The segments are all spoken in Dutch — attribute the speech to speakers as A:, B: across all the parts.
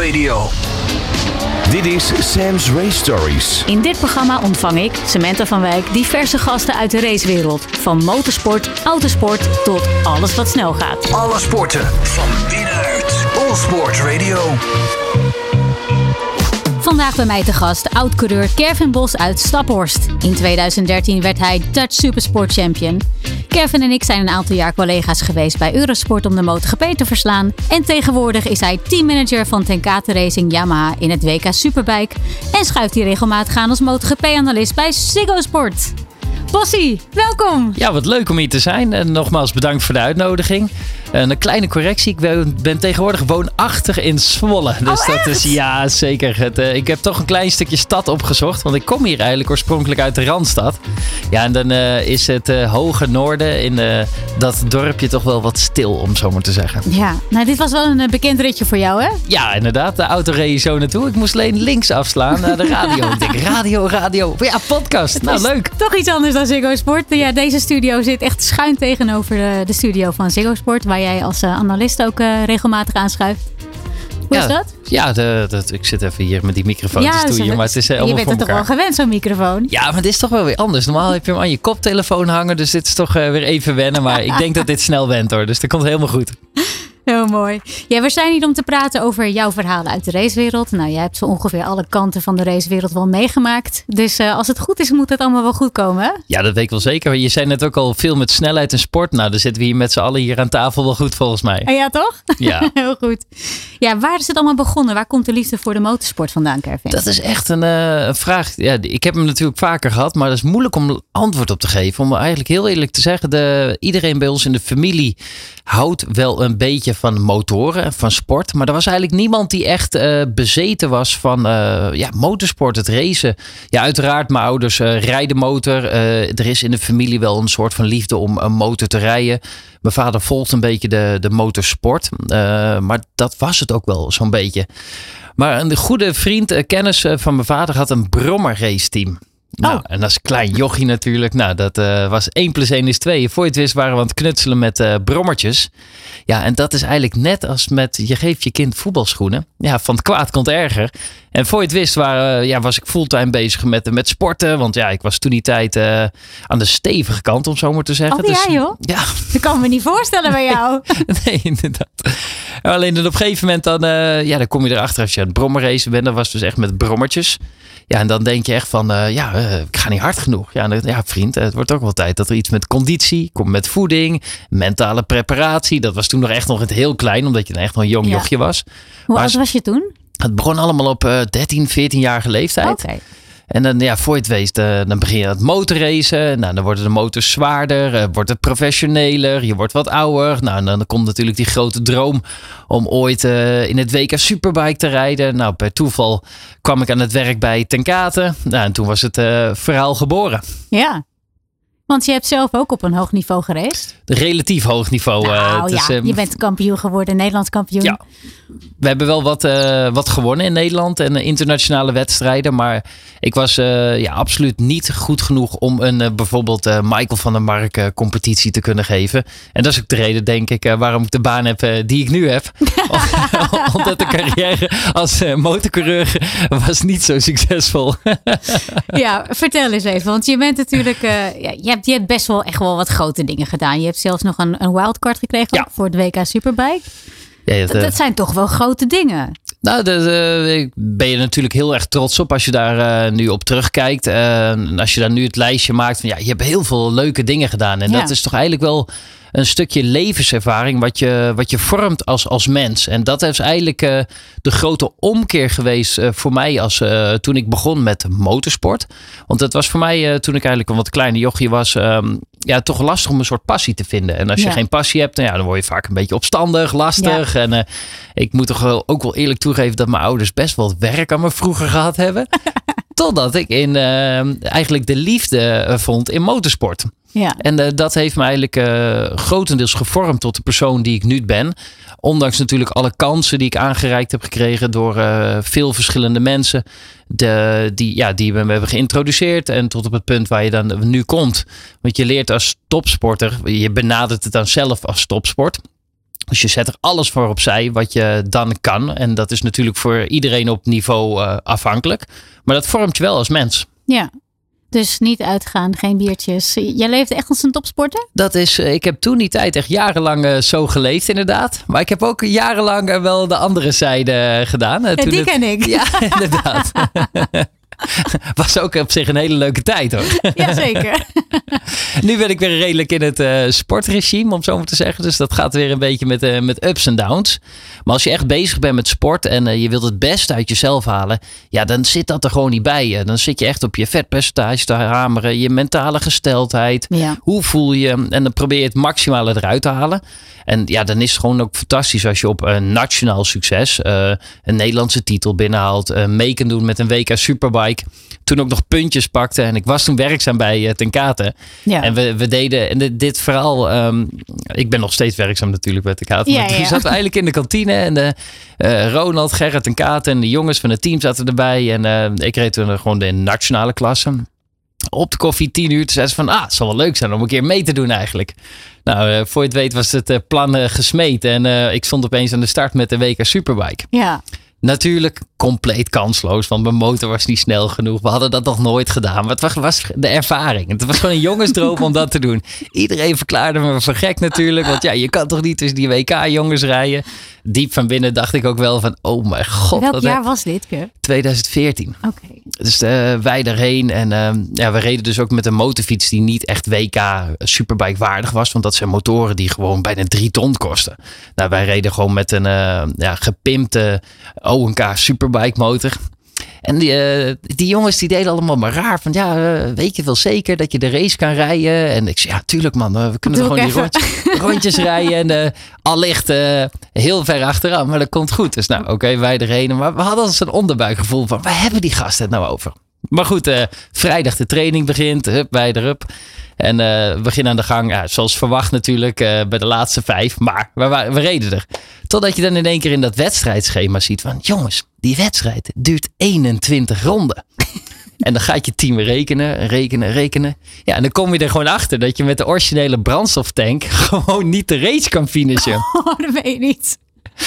A: Radio. Dit is Sam's Race Stories.
B: In dit programma ontvang ik, Samantha van Wijk, diverse gasten uit de racewereld. Van motorsport, autosport tot alles wat snel gaat.
A: Alle sporten van binnenuit. All Sport Radio.
B: Vandaag bij mij te gast oud-coureur Kevin Bos uit Staphorst. In 2013 werd hij Dutch Supersport Champion. Kevin en ik zijn een aantal jaar collega's geweest bij Eurosport om de MotoGP te verslaan. En tegenwoordig is hij teammanager van Tenkate Racing Yamaha in het WK Superbike. En schuift hij regelmatig aan als MotoGP-analyst bij Ziggo Sport. Bossie, welkom!
C: Ja, wat leuk om hier te zijn. En nogmaals bedankt voor de uitnodiging. Een kleine correctie. Ik ben tegenwoordig woonachtig in Zwolle. Dus dat is, ja, zeker. Ik heb toch een klein stukje stad opgezocht. Want ik kom hier eigenlijk oorspronkelijk uit de Randstad. Ja, en dan is het hoge noorden in dat dorpje toch wel wat stil, om zo maar te zeggen.
B: Ja, nou dit was wel een bekend ritje voor jou, hè?
C: Ja, inderdaad. De auto reed je zo naartoe. Ik moest alleen links afslaan naar de radio. Ik denk, radio. Ja, podcast. Nou, leuk.
B: Toch iets anders dan Ziggo Sport. Ja, deze studio zit echt schuin tegenover de studio van Ziggo Sport, waar jij als analist ook regelmatig aanschuift. Hoe is dat?
C: Ja, ik zit even hier met die microfoon te stoeien, maar het is allemaal
B: je bent er toch wel gewend, zo'n microfoon?
C: Ja, maar dit is toch wel weer anders. Normaal heb je hem aan je koptelefoon hangen, dus dit is toch weer even wennen. Maar ik denk dat dit snel went hoor, dus dat komt helemaal goed.
B: Heel mooi. Ja, we zijn hier om te praten over jouw verhalen uit de racewereld. Nou, jij hebt zo ongeveer alle kanten van de racewereld wel meegemaakt. Dus als het goed is, moet het allemaal wel goed komen, hè?
C: Ja, dat weet ik wel zeker. Je zei net ook al veel met snelheid en sport. Nou, dan zitten we hier met z'n allen hier aan tafel wel goed volgens mij.
B: Ja, toch?
C: Ja.
B: Heel goed. Ja, waar is het allemaal begonnen? Waar komt de liefde voor de motorsport vandaan, Kevin?
C: Dat is echt een vraag. Ja, ik heb hem natuurlijk vaker gehad, maar dat is moeilijk om antwoord op te geven. Om eigenlijk heel eerlijk te zeggen, iedereen bij ons in de familie houdt wel een beetje van motoren, van sport. Maar er was eigenlijk niemand die echt bezeten was van motorsport, het racen. Ja, uiteraard, mijn ouders rijden motor. Er is in de familie wel een soort van liefde om een motor te rijden. Mijn vader volgt een beetje de motorsport. Maar dat was het ook wel zo'n beetje. Maar een goede vriend, kennis van mijn vader had een Brommer raceteam. Nou, en als klein jochie natuurlijk. Nou, dat was 1 + 1 is 2. Voor je het wist waren we aan het knutselen met brommertjes. Ja, en dat is eigenlijk net als met je geeft je kind voetbalschoenen. Ja, van het kwaad komt erger. En voor je het wist was ik fulltime bezig met sporten. Want ja, ik was toen die tijd aan de stevige kant, om zo maar te zeggen.
B: Oh ja, joh?
C: Ja.
B: Dat kan me niet voorstellen bij jou.
C: Nee, inderdaad. Alleen dan op een gegeven moment dan kom je erachter als je aan het brommerracen bent. Dat was dus echt met brommertjes. Ja, en dan denk je echt van, ik ga niet hard genoeg. Ja, vriend, het wordt ook wel tijd dat er iets met conditie, met voeding, mentale preparatie. Dat was toen nog het heel klein, omdat je dan echt nog een jong jochje was.
B: Hoe oud was je toen?
C: Het begon allemaal op 13, 14-jarige leeftijd.
B: Okay.
C: En dan, voor je het weet, dan begin je aan het motorracen. Nou, dan worden de motors zwaarder, wordt het professioneler, je wordt wat ouder. Nou, en dan komt natuurlijk die grote droom om ooit in het WK Superbike te rijden. Nou, per toeval kwam ik aan het werk bij Tenkate. Nou, en toen was het verhaal geboren.
B: Ja. Want je hebt zelf ook op een hoog niveau geraced.
C: Relatief hoog niveau.
B: Je bent kampioen geworden, Nederlands kampioen.
C: Ja, we hebben wel wat gewonnen in Nederland en internationale wedstrijden. Maar ik was absoluut niet goed genoeg om een bijvoorbeeld Michael van der Mark competitie te kunnen geven. En dat is ook de reden, denk ik, waarom ik de baan heb die ik nu heb. Omdat de carrière als motorcoureur was niet zo succesvol.
B: Ja, vertel eens even. Want je bent natuurlijk... Je hebt best wel echt wel wat grote dingen gedaan. Je hebt zelfs nog een wildcard gekregen voor het WK Superbike. Ja, dat zijn toch wel grote dingen.
C: Nou, daar ben je natuurlijk heel erg trots op als je daar nu op terugkijkt. Als je daar nu het lijstje maakt van je hebt heel veel leuke dingen gedaan. En dat is toch eigenlijk wel een stukje levenservaring wat je vormt als mens. En dat is eigenlijk de grote omkeer geweest voor mij toen ik begon met motorsport. Want het was voor mij toen ik eigenlijk een wat kleine jochie was... toch lastig om een soort passie te vinden. En als je geen passie hebt, dan word je vaak een beetje opstandig, lastig. Ja. En ik moet toch ook wel eerlijk toegeven dat mijn ouders best wel werk aan me vroeger gehad hebben. Totdat ik eigenlijk de liefde vond in motorsport. Ja. En dat heeft me eigenlijk grotendeels gevormd tot de persoon die ik nu ben. Ondanks natuurlijk alle kansen die ik aangereikt heb gekregen door veel verschillende mensen. Die me hebben geïntroduceerd. En tot op het punt waar je dan nu komt. Want je leert als topsporter. Je benadert het dan zelf als topsport. Dus je zet er alles voor opzij wat je dan kan. En dat is natuurlijk voor iedereen op niveau afhankelijk. Maar dat vormt je wel als mens.
B: Ja. Dus niet uitgaan, geen biertjes. Jij leeft echt als een topsporter?
C: Ik heb toen die tijd echt jarenlang zo geleefd inderdaad. Maar ik heb ook jarenlang wel de andere zijde gedaan.
B: Die ken ik.
C: Ja, inderdaad. Was ook op zich een hele leuke tijd hoor.
B: Jazeker.
C: Nu ben ik weer redelijk in het sportregime, om zo maar te zeggen. Dus dat gaat weer een beetje met ups en downs. Maar als je echt bezig bent met sport en je wilt het beste uit jezelf halen, ja, dan zit dat er gewoon niet bij je. Dan zit je echt op je vetpercentage te hameren, je mentale gesteldheid.
B: Ja.
C: Hoe voel je? En dan probeer je het maximale eruit te halen. En ja, dan is het gewoon ook fantastisch als je op een nationaal succes een Nederlandse titel binnenhaalt. Mee kan doen met een WK Superbike. Toen ook nog puntjes pakte. En ik was toen werkzaam bij Ten Kate. Ja. En we deden en dit verhaal. Ik ben nog steeds werkzaam natuurlijk bij Ten Kate.
B: Ja,
C: maar toen zaten we eigenlijk in de kantine. En Ronald, Gerrit, Ten Kate en de jongens van het team zaten erbij. En ik reed toen gewoon de nationale klasse. Op de koffie 10 uur. Toen zei ze van, het zal wel leuk zijn om een keer mee te doen eigenlijk. Nou, voor je het weet was het plan gesmeten. En ik stond opeens aan de start met de WK Superbike.
B: Ja.
C: Natuurlijk compleet kansloos, want mijn motor was niet snel genoeg. We hadden dat nog nooit gedaan, maar het was de ervaring. Het was gewoon een jongensdroom om dat te doen. Iedereen verklaarde me voor gek natuurlijk, want ja, je kan toch niet tussen die WK-jongens rijden. Diep van binnen dacht ik ook wel van, oh mijn god.
B: Welk jaar was dit, Kev?
C: 2014.
B: Oké.
C: Dus wij daarheen en we reden dus ook met een motorfiets die niet echt WK Superbike waardig was. Want dat zijn motoren die gewoon bijna 3 ton kosten. Nou, wij reden gewoon met een gepimpte ONK Superbike motor. En die jongens die deden allemaal maar raar. Van weet je wel zeker dat je de race kan rijden? En ik zei, ja tuurlijk man, we kunnen gewoon die rondjes rijden. En allicht heel ver achteraan, maar dat komt goed. Dus nou oké, wij erheen. Maar we hadden als een onderbuikgevoel van, waar hebben die gasten het nou over? Maar goed, vrijdag de training begint. Hup, wij erop. En we beginnen aan de gang. Ja, zoals verwacht natuurlijk bij de laatste 5. Maar we reden er. Totdat je dan in één keer in dat wedstrijdschema ziet van, jongens, die wedstrijd duurt 21 ronden. En dan gaat je team rekenen. Ja, en dan kom je er gewoon achter dat je met de originele brandstoftank gewoon niet de race kan finishen.
B: Oh, dat weet je niet.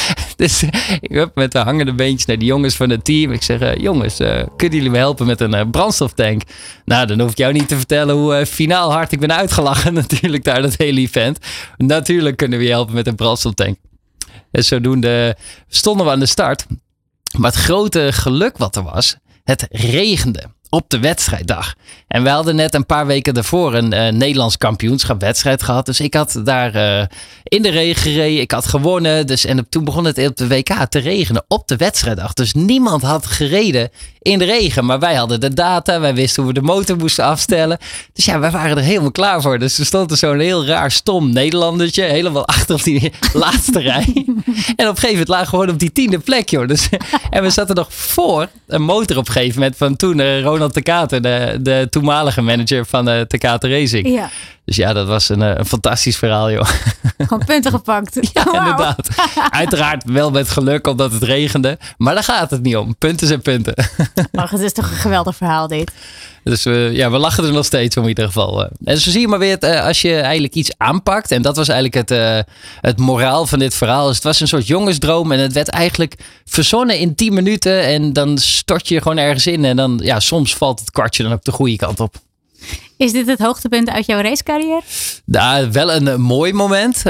C: Dus ik heb met de hangende beentjes naar die jongens van het team. Ik zeg, jongens, kunnen jullie me helpen met een brandstoftank? Nou, dan hoef ik jou niet te vertellen hoe finaal hard ik ben uitgelachen natuurlijk daar dat hele event. Natuurlijk kunnen we je helpen met een brandstoftank. En zodoende stonden we aan de start. Maar het grote geluk wat er was, het regende op de wedstrijddag. En we hadden net een paar weken daarvoor een Nederlands kampioenschap wedstrijd gehad. Dus ik had daar in de regen gereden. Ik had gewonnen. En toen begon het op de WK te regenen op de wedstrijddag. Dus niemand had gereden in de regen. Maar wij hadden de data. Wij wisten hoe we de motor moesten afstellen. Dus ja, wij waren er helemaal klaar voor. Dus er stond er zo'n heel raar stom Nederlandertje. Helemaal achter op die laatste rij. En op een gegeven moment lagen we gewoon op die 10e plek, joh. Dus, en we zaten nog voor een motor op een gegeven moment van toen Ronald Ten Kate, de toenmalige manager van Ten Kate Racing.
B: Ja.
C: Dus ja, dat was een fantastisch verhaal, joh.
B: Gewoon punten gepakt.
C: Ja, inderdaad. Uiteraard wel met geluk, omdat het regende. Maar daar gaat het niet om. Punten zijn punten.
B: Ach, het is toch een geweldig verhaal, dit.
C: Dus we lachen er nog steeds om in ieder geval. En zo zie je maar weer, als je eigenlijk iets aanpakt. En dat was eigenlijk het moraal van dit verhaal. Dus het was een soort jongensdroom. En het werd eigenlijk verzonnen in 10 minuten. En dan stort je gewoon ergens in. En dan, ja, soms valt het kwartje dan ook de goede kant op.
B: Is dit het hoogtepunt uit jouw racecarrière?
C: Nou, wel een mooi moment.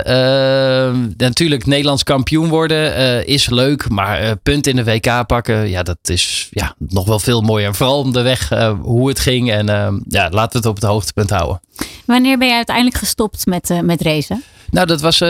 C: Natuurlijk, Nederlands kampioen worden is leuk. Maar punten in de WK pakken, ja, dat is nog wel veel mooier. En vooral om de weg, hoe het ging. En laten we het op het hoogtepunt houden.
B: Wanneer ben je uiteindelijk gestopt met racen?
C: Nou, dat was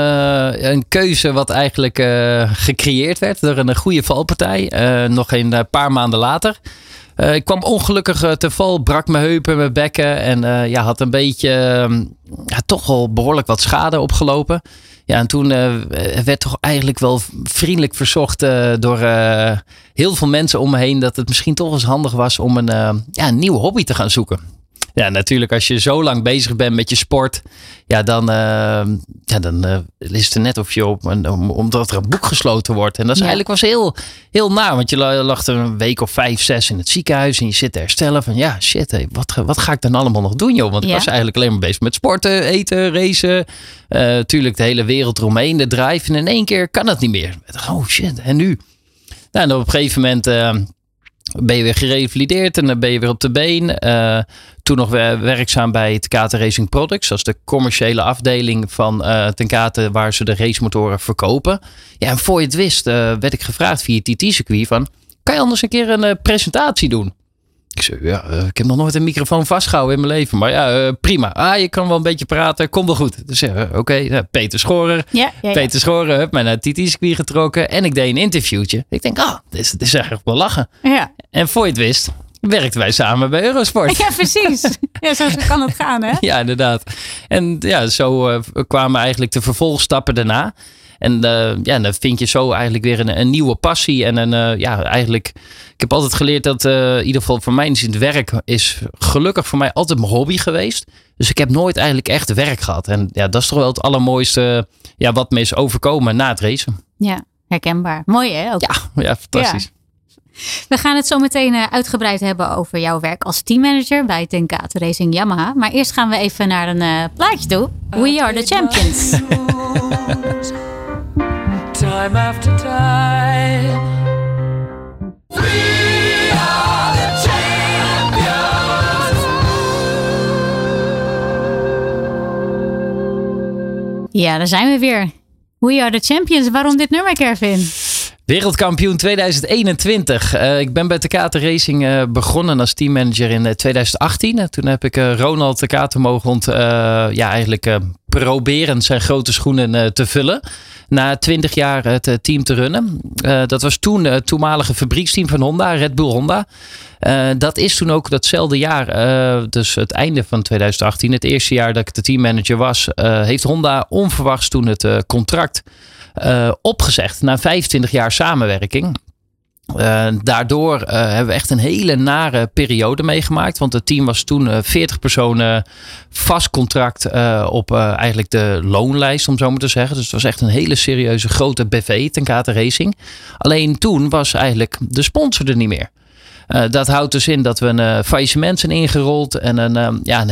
C: een keuze wat eigenlijk gecreëerd werd door een goede valpartij. Nog een paar maanden later. Ik kwam ongelukkig te val, brak mijn heupen, mijn bekken en had een beetje toch al behoorlijk wat schade opgelopen. Ja, en toen werd toch eigenlijk wel vriendelijk verzocht door heel veel mensen om me heen dat het misschien toch eens handig was om een nieuwe hobby te gaan zoeken. Ja, natuurlijk als je zo lang bezig bent met je sport. Ja, dan is het er net of je omdat er een boek gesloten wordt. En dat is eigenlijk was heel naar. Want je lag er een week of 5, 6 in het ziekenhuis. En je zit te herstellen van ja, shit. Hey, wat ga ik dan allemaal nog doen, joh? Want ik was eigenlijk alleen maar bezig met sporten, eten, racen. Tuurlijk de hele wereld eromheen, de drive. En in één keer kan dat niet meer. Oh shit, en nu? Nou, en op een gegeven moment ben je weer gerevalideerd en dan ben je weer op de been. Toen nog werkzaam bij Tenkate Racing Products. Dat is de commerciële afdeling van Tenkate waar ze de racemotoren verkopen. Ja, en voor je het wist werd ik gevraagd via het TT-circuit van... Kan je anders een keer een presentatie doen? Ik zei, ik heb nog nooit een microfoon vastgehouden in mijn leven. Maar ja, prima. Je kan wel een beetje praten. Komt wel goed. Dus oké, Peter Schorer. Peter Schorer heeft mij naar het TT-circuit getrokken. En ik deed een interviewtje. Ik denk, dit is eigenlijk wel lachen. Ja. En voor je het wist, werkten wij samen bij Eurosport.
B: Ja, precies. Ja, zo kan het gaan, hè?
C: Ja, inderdaad. En ja, zo kwamen eigenlijk de vervolgstappen daarna. En dan vind je zo eigenlijk weer een nieuwe passie. En eigenlijk... Ik heb altijd geleerd dat in ieder geval voor mij het werk is gelukkig voor mij altijd mijn hobby geweest. Dus ik heb nooit eigenlijk echt werk gehad. En ja, dat is toch wel het allermooiste wat me is overkomen na het racen.
B: Ja, herkenbaar. Mooi hè? Ook.
C: Ja, fantastisch.
B: Ja. We gaan het zo meteen uitgebreid hebben over jouw werk als teammanager bij Tenkate Racing Yamaha. Maar eerst gaan we even naar een plaatje toe. We are the champions.
D: Time after time. We are the champions.
B: Ja, daar zijn we weer. We are the champions. Waarom dit nummer, Kervin?
C: Wereldkampioen 2021. Ik ben bij Tenkate Racing begonnen als teammanager in 2018. Toen heb ik Ronald Tenkate mogen proberen zijn grote schoenen te vullen. Na 20 jaar het team te runnen. Dat was toen het toenmalige fabrieksteam van Honda, Red Bull Honda. Dat is toen ook datzelfde jaar, dus het einde van 2018, het eerste jaar dat ik de teammanager was, heeft Honda onverwachts toen het contract opgezegd na 25 jaar samenwerking. Daardoor hebben we echt een hele nare periode meegemaakt. Want het team was toen 40 personen vast contract op eigenlijk de loonlijst, om zo maar te zeggen. Dus het was echt een hele serieuze grote BV, Tenkate Racing. Alleen toen was eigenlijk de sponsor er niet meer. Dat houdt dus in dat we een faillissement zijn ingerold en een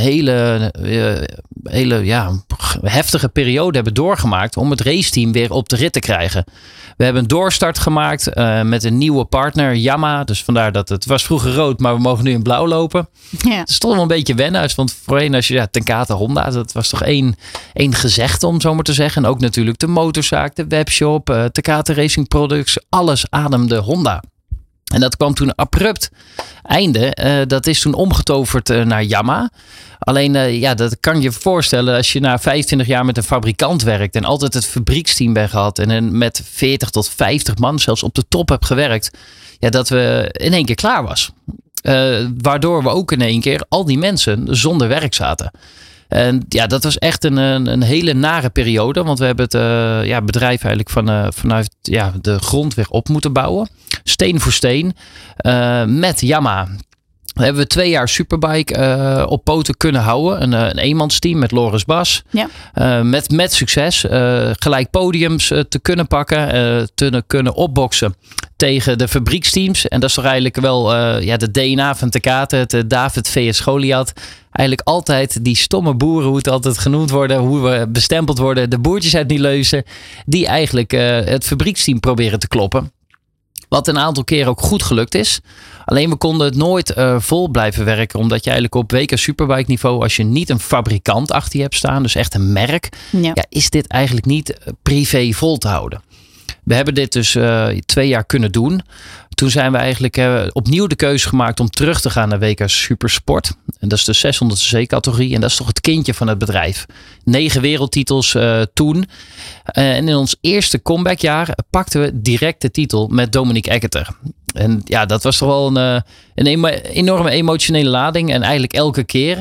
C: hele heftige periode hebben doorgemaakt om het raceteam weer op de rit te krijgen. We hebben een doorstart gemaakt met een nieuwe partner, Yamaha. Dus vandaar dat het was vroeger rood, maar we mogen nu in blauw lopen. Ja. Het is toch wel een beetje wennen. Want voorheen als je Tenkate Honda, dat was toch één gezegde om zo maar te zeggen. En ook natuurlijk de motorzaak, de webshop, Tenkate Racing Products. Alles ademde Honda. En dat kwam toen abrupt einde. Dat is toen omgetoverd naar Yamaha. Alleen, dat kan je voorstellen als je na 25 jaar met een fabrikant werkt en altijd het fabrieksteam bent gehad en met 40 tot 50 man zelfs op de top hebt gewerkt. Ja, dat we in één keer klaar was. Waardoor we ook in één keer al die mensen zonder werk zaten. En ja, dat was echt een hele nare periode. Want we hebben het bedrijf eigenlijk vanuit de grond weer op moeten bouwen. Steen voor steen. Met Yamaha. Dan hebben we 2 jaar Superbike op poten kunnen houden. Een eenmansteam met Loris Bas. Ja. Met succes. Gelijk podiums te kunnen pakken. Te kunnen opboksen tegen de fabrieksteams. En dat is toch eigenlijk wel de DNA van Tenkate. Het David VS Goliath. Eigenlijk altijd die stomme boeren, hoe het altijd genoemd worden. Hoe we bestempeld worden. De boertjes uit Nieleuzen. Die eigenlijk het fabrieksteam proberen te kloppen. Wat een aantal keren ook goed gelukt is. Alleen we konden het nooit vol blijven werken. Omdat je eigenlijk op WK Superbike niveau, als je niet een fabrikant achter je hebt staan, dus echt een merk, is dit eigenlijk niet privé vol te houden. We hebben dit dus 2 jaar kunnen doen. Toen zijn we eigenlijk opnieuw de keuze gemaakt om terug te gaan naar WK Supersport. En dat is de 600cc-categorie. En dat is toch het kindje van het bedrijf. 9 wereldtitels toen. En in ons eerste comebackjaar pakten we direct de titel met Dominique Eggerter. En ja, dat was toch wel een enorme emotionele lading. En eigenlijk elke keer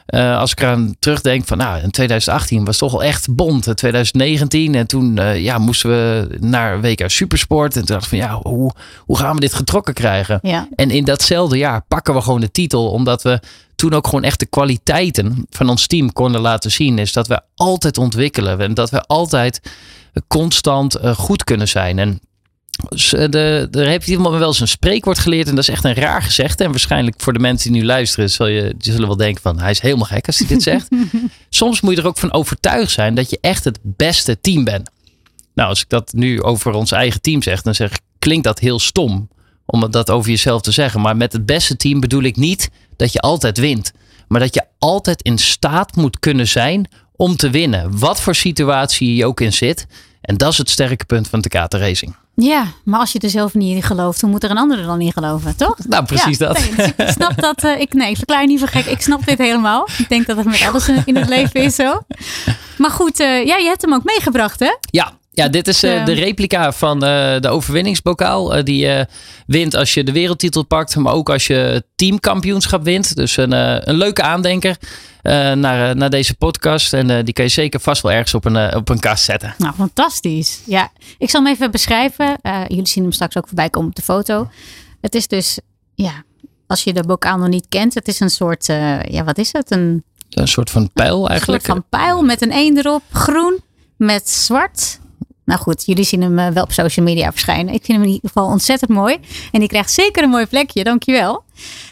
C: Als ik eraan terugdenk van in 2018 was het toch wel echt bond. 2019 en toen moesten we naar WK Supersport. En toen dacht ik van hoe gaan we dit getrokken krijgen?
B: Ja.
C: En in datzelfde jaar pakken we gewoon de titel. Omdat we toen ook gewoon echt de kwaliteiten van ons team konden laten zien. Is dat we altijd ontwikkelen. En dat we altijd constant goed kunnen zijn. En er heeft iemand me wel eens een spreekwoord geleerd. En dat is echt een raar gezegde. En waarschijnlijk voor de mensen die nu luisteren. Die zullen wel denken van hij is helemaal gek als hij dit zegt. Soms moet je er ook van overtuigd zijn dat je echt het beste team bent. Nou, als ik dat nu over ons eigen team zeg. Dan klinkt dat heel stom. Om dat over jezelf te zeggen. Maar met het beste team bedoel ik niet dat je altijd wint. Maar dat je altijd in staat moet kunnen zijn om te winnen. Wat voor situatie je ook in zit. En dat is het sterke punt van Takata Racing.
B: Ja, maar als je er zelf niet in gelooft, hoe moet er een ander er dan in geloven, toch?
C: Nou, precies dat.
B: Nee, dus ik snap dat. Ik verklaar je niet voor gek. Ik snap dit helemaal. Ik denk dat het met alles in het leven is zo. Maar goed, je hebt hem ook meegebracht, hè?
C: Ja, dit is de replica van de overwinningsbokaal. Die je wint als je de wereldtitel pakt. Maar ook als je teamkampioenschap wint. Dus een leuke aandenker naar deze podcast. En die kan je zeker vast wel ergens op een kast zetten.
B: Nou, fantastisch. Ja, ik zal hem even beschrijven. Jullie zien hem straks ook voorbij komen op de foto. Het is dus, als je de bokaal nog niet kent. Het is een soort, wat is het? Een
C: soort van pijl eigenlijk.
B: Een soort van pijl met een 1 erop. Groen met zwart. Nou goed, jullie zien hem wel op social media verschijnen. Ik vind hem in ieder geval ontzettend mooi. En die krijgt zeker een mooi plekje. Dankjewel.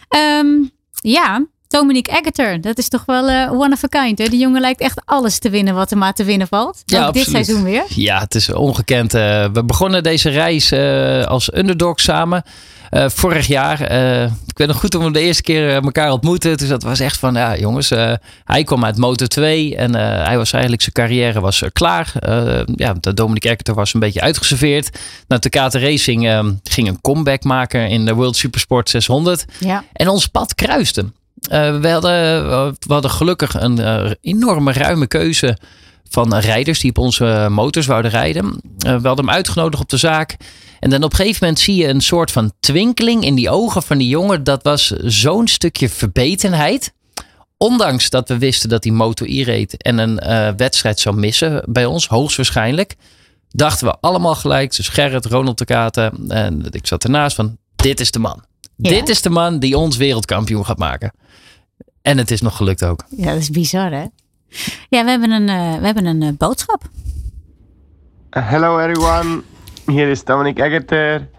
B: Dominic Eggerter. Dat is toch wel one of a kind. Hè? Die jongen lijkt echt alles te winnen wat er maar te winnen valt.
C: Ja,
B: ook dit seizoen weer.
C: Ja, het is ongekend. We begonnen deze reis als underdog samen. Vorig jaar. Ik weet nog goed toen we de eerste keer elkaar ontmoetten. Dus dat was echt van, jongens. Hij kwam uit Moto2. En hij was eigenlijk, zijn carrière was klaar. De Dominic Eggerter was een beetje uitgeserveerd. Nou, Takata Racing ging een comeback maken in de World Supersport 600.
B: Ja.
C: En ons pad kruiste. We hadden gelukkig een enorme ruime keuze van rijders die op onze motors wouden rijden. We hadden hem uitgenodigd op de zaak. En dan op een gegeven moment zie je een soort van twinkeling in die ogen van die jongen. Dat was zo'n stukje verbetenheid. Ondanks dat we wisten dat hij Moto-E reed en een wedstrijd zou missen bij ons, hoogstwaarschijnlijk. Dachten we allemaal gelijk. Dus Gerrit, Ronald Takata en ik zat ernaast van, dit is de man. Ja. Dit is de man die ons wereldkampioen gaat maken. En het is nog gelukt ook.
B: Ja, dat is bizar, hè? Ja, we hebben een boodschap.
E: Hello everyone, here is Dominic Eggerter,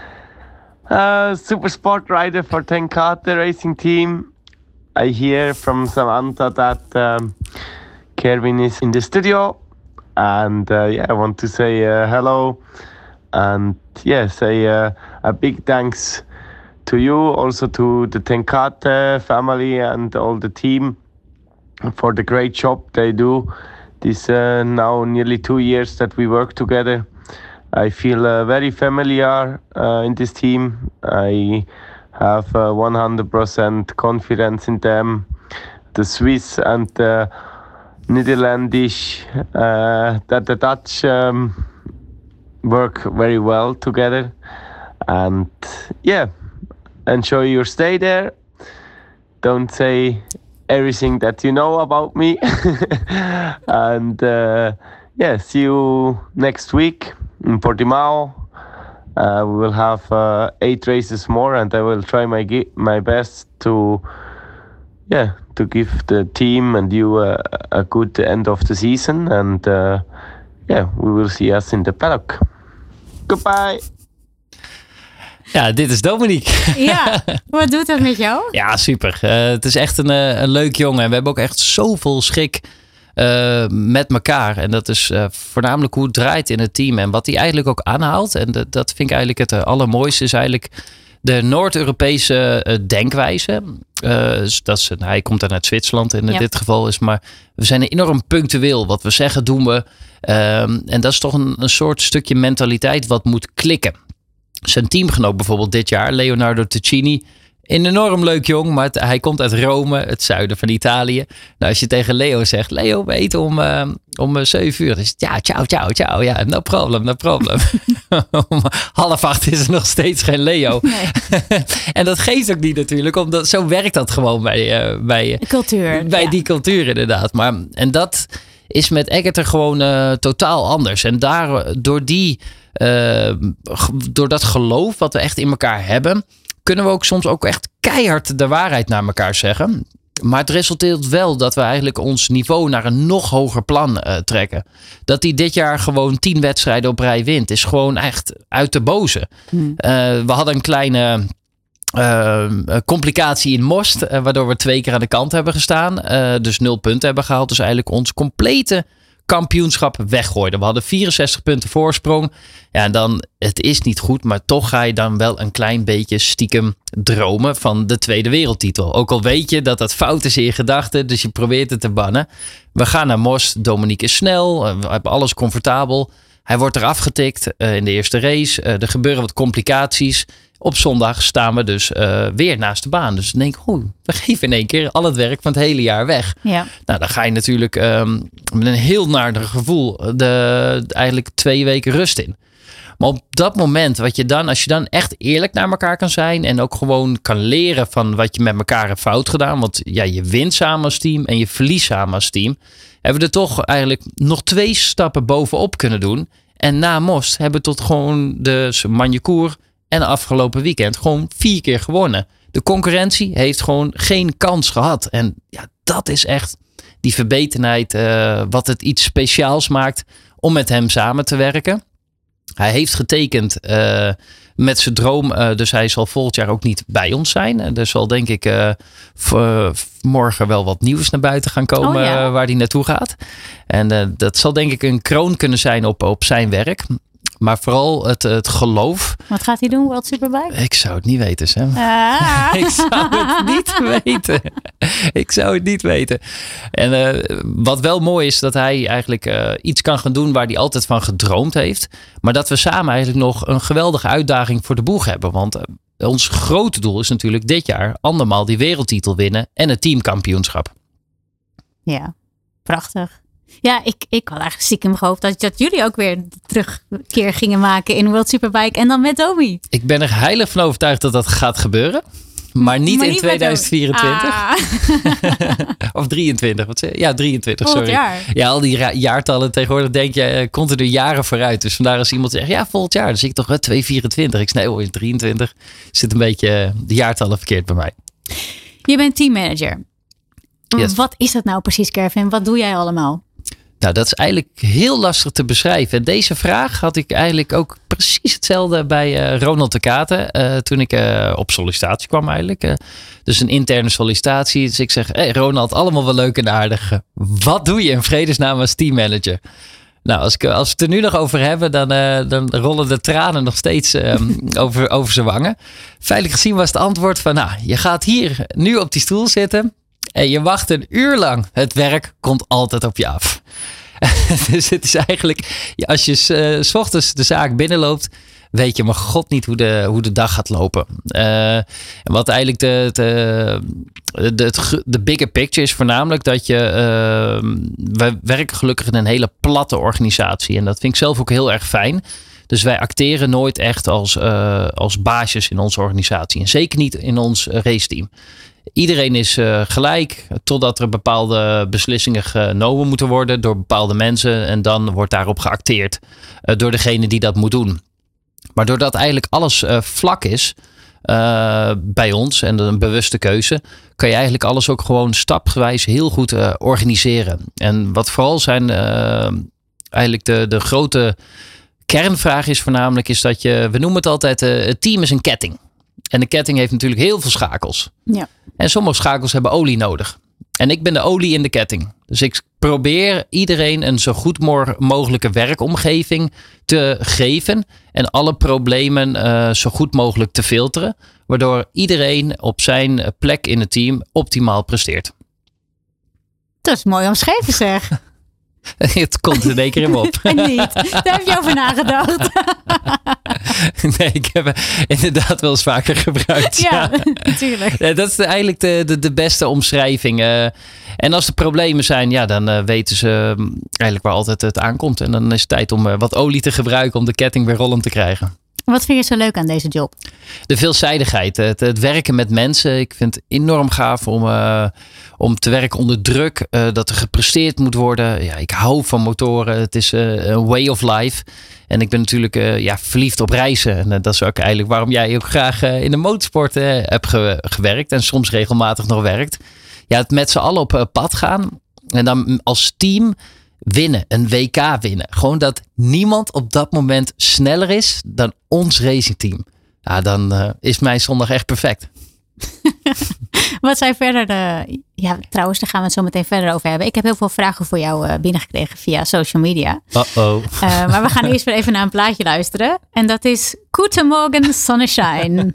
E: super sport rider for Takata Racing Team. I hear from Samantha that Kervin is in the studio, and I want to say hello, and say a big thanks to you, also to the Takata family and all the team for the great job they do. This now nearly 2 years that we work together. I feel very familiar in this team. I have 100% confidence in them. The Swiss and the Netherlandish, that the Dutch work very well together. And enjoy your stay there. Don't say everything that you know about me. And see you next week in Portimao. We will have 8 races more, and I will try my best to give the team and you a good end of the season. And we will see us in the paddock. Goodbye.
C: Ja, dit is Dominique.
B: Ja, wat doet dat met jou?
C: Ja, super. Het is echt een leuk jongen. En we hebben ook echt zoveel schik met elkaar. En dat is voornamelijk hoe het draait in het team. En wat hij eigenlijk ook aanhaalt. En dat vind ik eigenlijk het allermooiste. Is eigenlijk de Noord-Europese denkwijze. Hij komt dan uit Zwitserland in dit geval. Maar we zijn enorm punctueel. Wat we zeggen doen we. En dat is toch een soort stukje mentaliteit wat moet klikken. Zijn teamgenoot bijvoorbeeld dit jaar, Leonardo Ticini, Een enorm leuk jong, maar hij komt uit Rome, het zuiden van Italië. Nou, als je tegen Leo zegt, Leo, we eten om 7 uur. Dan is het, ja, ciao. Ja, no problem. Om 7:30 is er nog steeds geen Leo. Nee. En dat geeft ook niet natuurlijk, omdat zo werkt dat gewoon bij
B: cultuur.
C: Bij die cultuur inderdaad. En dat is met Exeter gewoon totaal anders. En door dat geloof wat we echt in elkaar hebben, kunnen we ook soms ook echt keihard de waarheid naar elkaar zeggen. Maar het resulteert wel dat we eigenlijk ons niveau naar een nog hoger plan trekken. Dat hij dit jaar gewoon 10 wedstrijden op rij wint, is gewoon echt uit de boze. We hadden een kleine complicatie in Most, waardoor we 2 keer aan de kant hebben gestaan. Dus 0 punten hebben gehaald. Dus eigenlijk ons complete kampioenschap weggooiden. We hadden 64 punten voorsprong. Ja, en dan, het is niet goed, maar toch ga je dan wel een klein beetje stiekem dromen van de tweede wereldtitel. Ook al weet je dat dat fout is in je gedachten, dus je probeert het te bannen. We gaan naar Most. Dominique is snel. We hebben alles comfortabel. Hij wordt eraf getikt in de eerste race. Er gebeuren wat complicaties. Op zondag staan we dus weer naast de baan. Dus dan denk ik, we geven in één keer al het werk van het hele jaar weg. Ja. Nou, dan ga je natuurlijk met een heel naardig gevoel eigenlijk 2 weken rust in. Maar op dat moment, als je dan echt eerlijk naar elkaar kan zijn en ook gewoon kan leren van wat je met elkaar hebt fout gedaan. Want ja, je wint samen als team en je verliest samen als team. Hebben we er toch eigenlijk nog 2 stappen bovenop kunnen doen. En na Most hebben we tot gewoon de Magny-Cours en afgelopen weekend gewoon 4 keer gewonnen. De concurrentie heeft gewoon geen kans gehad. En ja, dat is echt die verbetenheid wat het iets speciaals maakt om met hem samen te werken. Hij heeft getekend met zijn droom. Dus hij zal volgend jaar ook niet bij ons zijn. Er zal denk ik morgen wel wat nieuws naar buiten gaan komen waar hij naartoe gaat. En dat zal denk ik een kroon kunnen zijn op zijn werk. Maar vooral het geloof.
B: Wat gaat hij doen, World Superbike?
C: Ik zou het niet weten, Sam. Ik zou het niet weten. En wat wel mooi is, dat hij eigenlijk iets kan gaan doen waar hij altijd van gedroomd heeft. Maar dat we samen eigenlijk nog een geweldige uitdaging voor de boeg hebben. Want ons grote doel is natuurlijk dit jaar andermaal die wereldtitel winnen en het teamkampioenschap.
B: Ja, prachtig. Ja, ik had eigenlijk stiekem gehoopt dat jullie ook weer terugkeer gingen maken in World Superbike en dan met Domi.
C: Ik ben er heilig van overtuigd dat dat gaat gebeuren. Maar niet in 2024. Of 23. Wat zeg je? Ja, 23, sorry. Jaar. Ja, al die jaartallen tegenwoordig denk je, continu jaren vooruit. Dus vandaar als iemand zegt, ja, volgend jaar. Dan zie ik toch 2024. Ik snel in 23. Zit een beetje de jaartallen verkeerd bij mij.
B: Je bent teammanager.
C: Yes.
B: Wat is dat nou precies, Kervin? Wat doe jij allemaal?
C: Nou, dat is eigenlijk heel lastig te beschrijven. Deze vraag had ik eigenlijk ook precies hetzelfde bij Ronald de Katen. Toen ik op sollicitatie kwam eigenlijk. Dus een interne sollicitatie. Dus ik zeg, hey Ronald, allemaal wel leuk en aardig. Wat doe je in vredesnaam als teammanager? Nou, als we het er nu nog over hebben, dan rollen de tranen nog steeds over zijn wangen. Feitelijk gezien was het antwoord van, nou, je gaat hier nu op die stoel zitten en je wacht 1 uur lang. Het werk komt altijd op je af. Dus het is eigenlijk, als je 's ochtends de zaak binnenloopt, weet je maar god niet hoe de dag gaat lopen. En wat eigenlijk de bigger picture is voornamelijk dat we werken gelukkig in een hele platte organisatie. En dat vind ik zelf ook heel erg fijn. Dus wij acteren nooit echt als baasjes in onze organisatie. En zeker niet in ons raceteam. Iedereen is gelijk totdat er bepaalde beslissingen genomen moeten worden door bepaalde mensen. En dan wordt daarop geacteerd door degene die dat moet doen. Maar doordat eigenlijk alles vlak is bij ons en een bewuste keuze, kan je eigenlijk alles ook gewoon stapsgewijs heel goed organiseren. En wat vooral zijn eigenlijk de grote kernvraag is voornamelijk is dat we noemen het altijd, het team is een ketting. En de ketting heeft natuurlijk heel veel schakels. Ja. En sommige schakels hebben olie nodig. En ik ben de olie in de ketting. Dus ik probeer iedereen een zo goed mogelijke werkomgeving te geven. En alle problemen zo goed mogelijk te filteren. Waardoor iedereen op zijn plek in het team optimaal presteert.
B: Dat is mooi omschreven zeg.
C: Het komt in één keer in me op.
B: En niet. Daar heb je over nagedacht.
C: Nee, ik heb inderdaad wel eens vaker gebruikt.
B: Ja, natuurlijk.
C: Dat is eigenlijk de beste omschrijving. En als er problemen zijn, ja, dan weten ze eigenlijk waar altijd het aankomt. En dan is het tijd om wat olie te gebruiken om de ketting weer rollend te krijgen.
B: Wat vind je zo leuk aan deze job?
C: De veelzijdigheid. Het werken met mensen. Ik vind het enorm gaaf om te werken onder druk. Dat er gepresteerd moet worden. Ja, ik hou van motoren. Het is een way of life. En ik ben natuurlijk verliefd op reizen. En dat is ook eigenlijk waarom jij ook graag in de motorsport hebt gewerkt. En soms regelmatig nog werkt. Ja, het met z'n allen op pad gaan. En dan als team winnen. Een WK winnen. Gewoon dat niemand op dat moment sneller is dan ons racingteam. Ja, dan is mijn zondag echt perfect.
B: Wat zijn verder trouwens, daar gaan we het zo meteen verder over hebben. Ik heb heel veel vragen voor jou binnengekregen via social media. Maar we gaan eerst weer even naar een plaatje luisteren. En dat is Guten Morgen Sonnenschein.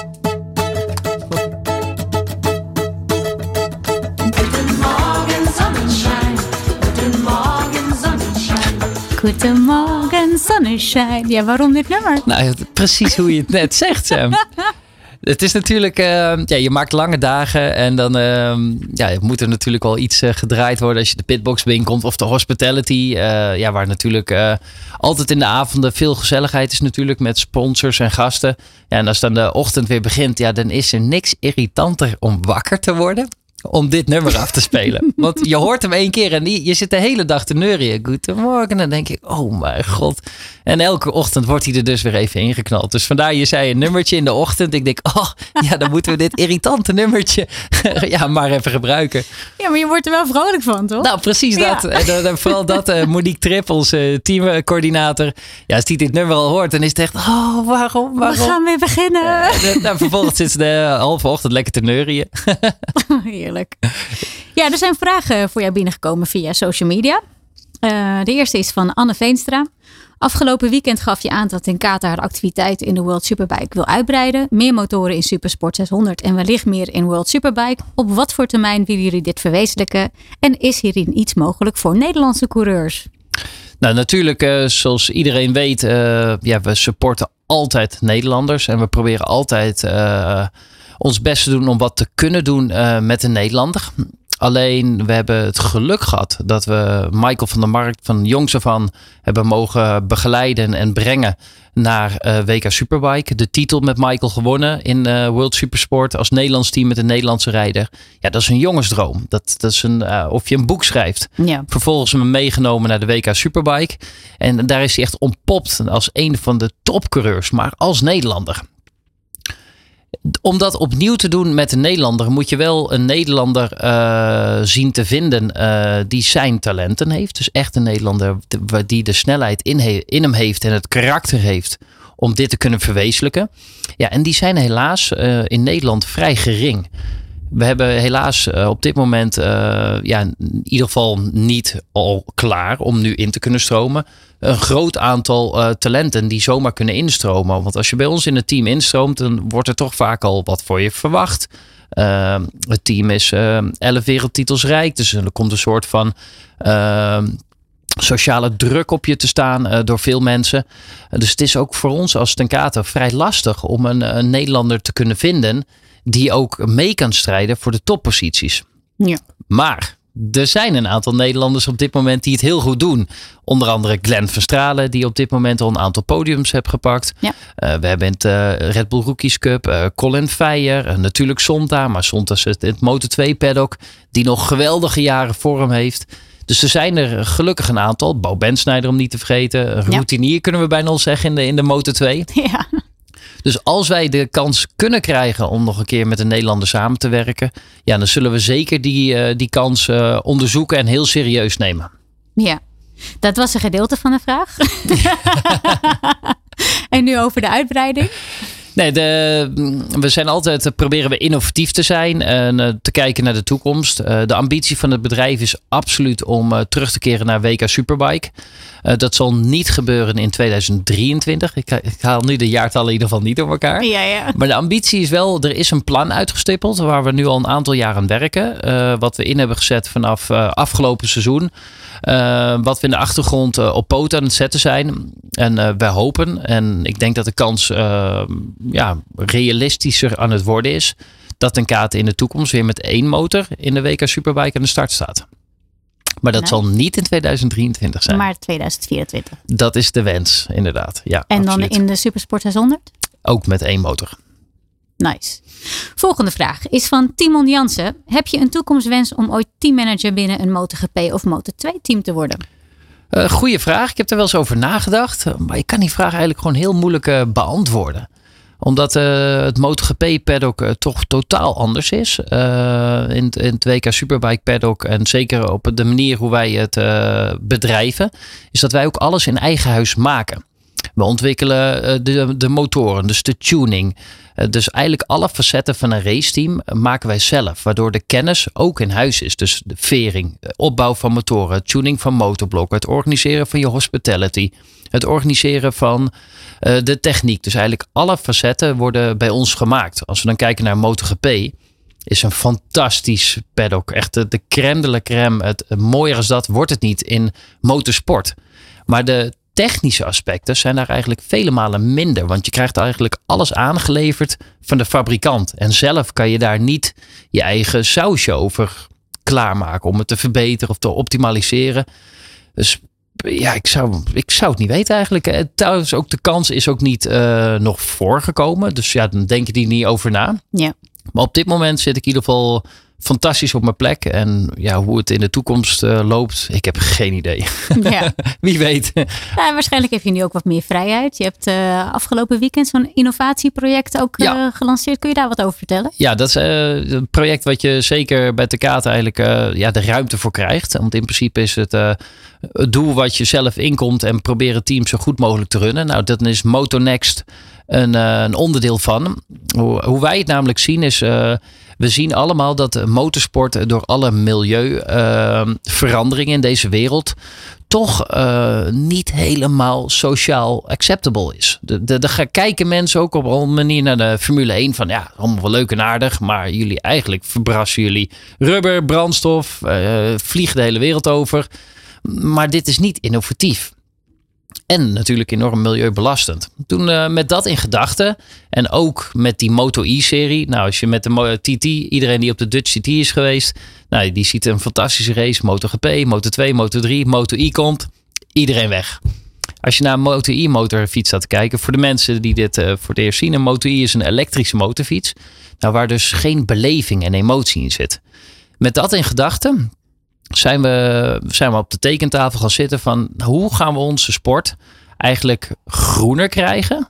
B: Guten Morgen Sonnenschein. Ja, waarom dit nummer?
C: Nou, precies hoe je het net zegt, Sam. Het is natuurlijk, je maakt lange dagen en dan moet er natuurlijk wel iets gedraaid worden als je de pitbox binnenkomt of de hospitality. Waar natuurlijk altijd in de avonden veel gezelligheid is natuurlijk met sponsors en gasten. Ja, en als dan de ochtend weer begint, ja, dan is er niks irritanter om wakker te worden. Om dit nummer af te spelen. Want je hoort hem 1 keer en je zit de hele dag te neurien. Goedemorgen. En dan denk ik, oh mijn god. En elke ochtend wordt hij er dus weer even ingeknald. Dus vandaar, je zei een nummertje in de ochtend. Ik denk, dan moeten we dit irritante nummertje maar even gebruiken.
B: Ja, maar je wordt er wel vrolijk van, toch?
C: Nou, precies dat. En vooral dat, Monique Tripp, onze teamcoördinator. Ja, als die dit nummer al hoort, dan is het echt, waarom?
B: We gaan weer beginnen.
C: Vervolgens zit ze de halve ochtend lekker te neurien.
B: Heerlijk. Ja, er zijn vragen voor jou binnengekomen via social media. De eerste is van Anne Veenstra. Afgelopen weekend gaf je aan dat Tenkate haar activiteiten in de World Superbike wil uitbreiden. Meer motoren in Supersport 600 en wellicht meer in World Superbike. Op wat voor termijn willen jullie dit verwezenlijken? En is hierin iets mogelijk voor Nederlandse coureurs?
C: Nou, natuurlijk, zoals iedereen weet, we supporten altijd Nederlanders. En we proberen altijd ons best te doen om wat te kunnen doen met een Nederlander. Alleen, we hebben het geluk gehad dat we Michael van der Markt van jongs af aan hebben mogen begeleiden en brengen naar WK Superbike. De titel met Michael gewonnen in World Supersport als Nederlands team met een Nederlandse rijder. Ja, dat is een jongensdroom. Dat is of je een boek schrijft. Ja. Vervolgens hem meegenomen naar de WK Superbike. En daar is hij echt ontpopt als een van de topcoureurs, maar als Nederlander. Om dat opnieuw te doen met een Nederlander moet je wel een Nederlander zien te vinden die zijn talenten heeft. Dus echt een Nederlander die de snelheid in hem heeft en het karakter heeft om dit te kunnen verwezenlijken. Ja, en die zijn helaas in Nederland vrij gering. We hebben helaas op dit moment in ieder geval niet al klaar om nu in te kunnen stromen. Een groot aantal talenten die zomaar kunnen instromen. Want als je bij ons in het team instroomt, dan wordt er toch vaak al wat voor je verwacht. Het team is 11 wereldtitels rijk. Dus er komt een soort van sociale druk op je te staan door veel mensen. Dus het is ook voor ons als Tenkate vrij lastig om een Nederlander te kunnen vinden die ook mee kan strijden voor de topposities. Ja. Maar er zijn een aantal Nederlanders op dit moment die het heel goed doen. Onder andere Glenn van Stralen, die op dit moment al een aantal podiums heeft gepakt. Ja. We hebben in het Red Bull Rookies Cup Colin Feijer, natuurlijk Sonta, maar Sonta zit in het Moto2 paddock, die nog geweldige jaren voor hem heeft. Dus er zijn er gelukkig een aantal. Bo Bensnijder om niet te vergeten. Een routinier kunnen we bijna al zeggen in de Moto2. Ja. Dus als wij de kans kunnen krijgen om nog een keer met een Nederlander samen te werken, ja, dan zullen we zeker die kans onderzoeken en heel serieus nemen.
B: Ja, dat was een gedeelte van de vraag. En nu over de uitbreiding.
C: Nee, we zijn altijd proberen we innovatief te zijn en te kijken naar de toekomst. De ambitie van het bedrijf is absoluut om terug te keren naar WK Superbike. Dat zal niet gebeuren in 2023. Ik haal nu de jaartallen in ieder geval niet door elkaar.
B: Ja.
C: Maar de ambitie is wel, er is een plan uitgestippeld waar we nu al een aantal jaar aan werken. Wat we in hebben gezet vanaf afgelopen seizoen. Wat we in de achtergrond op poten aan het zetten zijn. En wij hopen, en ik denk dat de kans realistischer aan het worden is, dat Ten-Kate in de toekomst weer met 1 motor in de WK Superbike aan de start staat. Maar dat zal niet in 2023 zijn.
B: Maar 2024.
C: Dat is de wens, inderdaad. Ja,
B: en
C: absoluut.
B: Dan in de Supersport 600?
C: Ook met 1 motor.
B: Nice. Volgende vraag is van Timon Jansen. Heb je een toekomstwens om ooit teammanager binnen een MotoGP of Moto2 team te worden?
C: Goeie vraag. Ik heb er wel eens over nagedacht. Maar ik kan die vraag eigenlijk gewoon heel moeilijk beantwoorden. Omdat het MotoGP paddock toch totaal anders is. In het WK Superbike paddock. En zeker op de manier hoe wij het bedrijven. Is dat wij ook alles in eigen huis maken. We ontwikkelen de motoren, dus de tuning. Dus eigenlijk alle facetten van een raceteam maken wij zelf. Waardoor de kennis ook in huis is. Dus de vering, opbouw van motoren, tuning van motorblokken. Het organiseren van je hospitality. Het organiseren van de techniek. Dus eigenlijk alle facetten worden bij ons gemaakt. Als we dan kijken naar MotoGP, is een fantastisch paddock. Echt de crème de la crème. Het mooier als dat wordt het niet in motorsport. Maar de technische aspecten zijn daar eigenlijk vele malen minder. Want je krijgt eigenlijk alles aangeleverd van de fabrikant. En zelf kan je daar niet je eigen sausje over klaarmaken om het te verbeteren of te optimaliseren. Dus ja, ik zou het niet weten eigenlijk. Trouwens, ook de kans is ook niet nog voorgekomen. Dus ja, dan denk je die niet over na.
B: Ja.
C: Maar op dit moment zit ik in ieder geval fantastisch op mijn plek. En ja, hoe het in de toekomst loopt, ik heb geen idee.
B: Ja.
C: Wie weet.
B: Ja, waarschijnlijk heb je nu ook wat meer vrijheid. Je hebt afgelopen weekend zo'n innovatieproject ook gelanceerd. Kun je daar wat over vertellen? Ja,
C: dat is een project wat je zeker bij Ten-Kate eigenlijk de ruimte voor krijgt. Want in principe is het doel wat je zelf inkomt en proberen het team zo goed mogelijk te runnen. Nou, dat is Motonext een onderdeel van. Hoe wij het namelijk zien is, we zien allemaal dat motorsport door alle milieuveranderingen in deze wereld toch niet helemaal sociaal acceptable is. Daar kijken mensen ook op een manier naar de Formule 1 van ja, allemaal wel leuk en aardig, maar jullie eigenlijk verbrassen jullie rubber, brandstof, vliegen de hele wereld over. Maar dit is niet innovatief. En natuurlijk enorm milieubelastend. Toen met dat in gedachten. En ook met die Moto E-serie. Nou, als je met de TT, iedereen die op de Dutch TT is geweest. Nou, die ziet een fantastische race. MotoGP, Moto2, Moto3, Moto E komt. Iedereen weg. Als je naar een Moto E motorfiets staat te kijken. Voor de mensen die dit voor het eerst zien. Een Moto E is een elektrische motorfiets. Nou, waar dus geen beleving en emotie in zit. Met dat in gedachten zijn we op de tekentafel gaan zitten van hoe gaan we onze sport eigenlijk groener krijgen.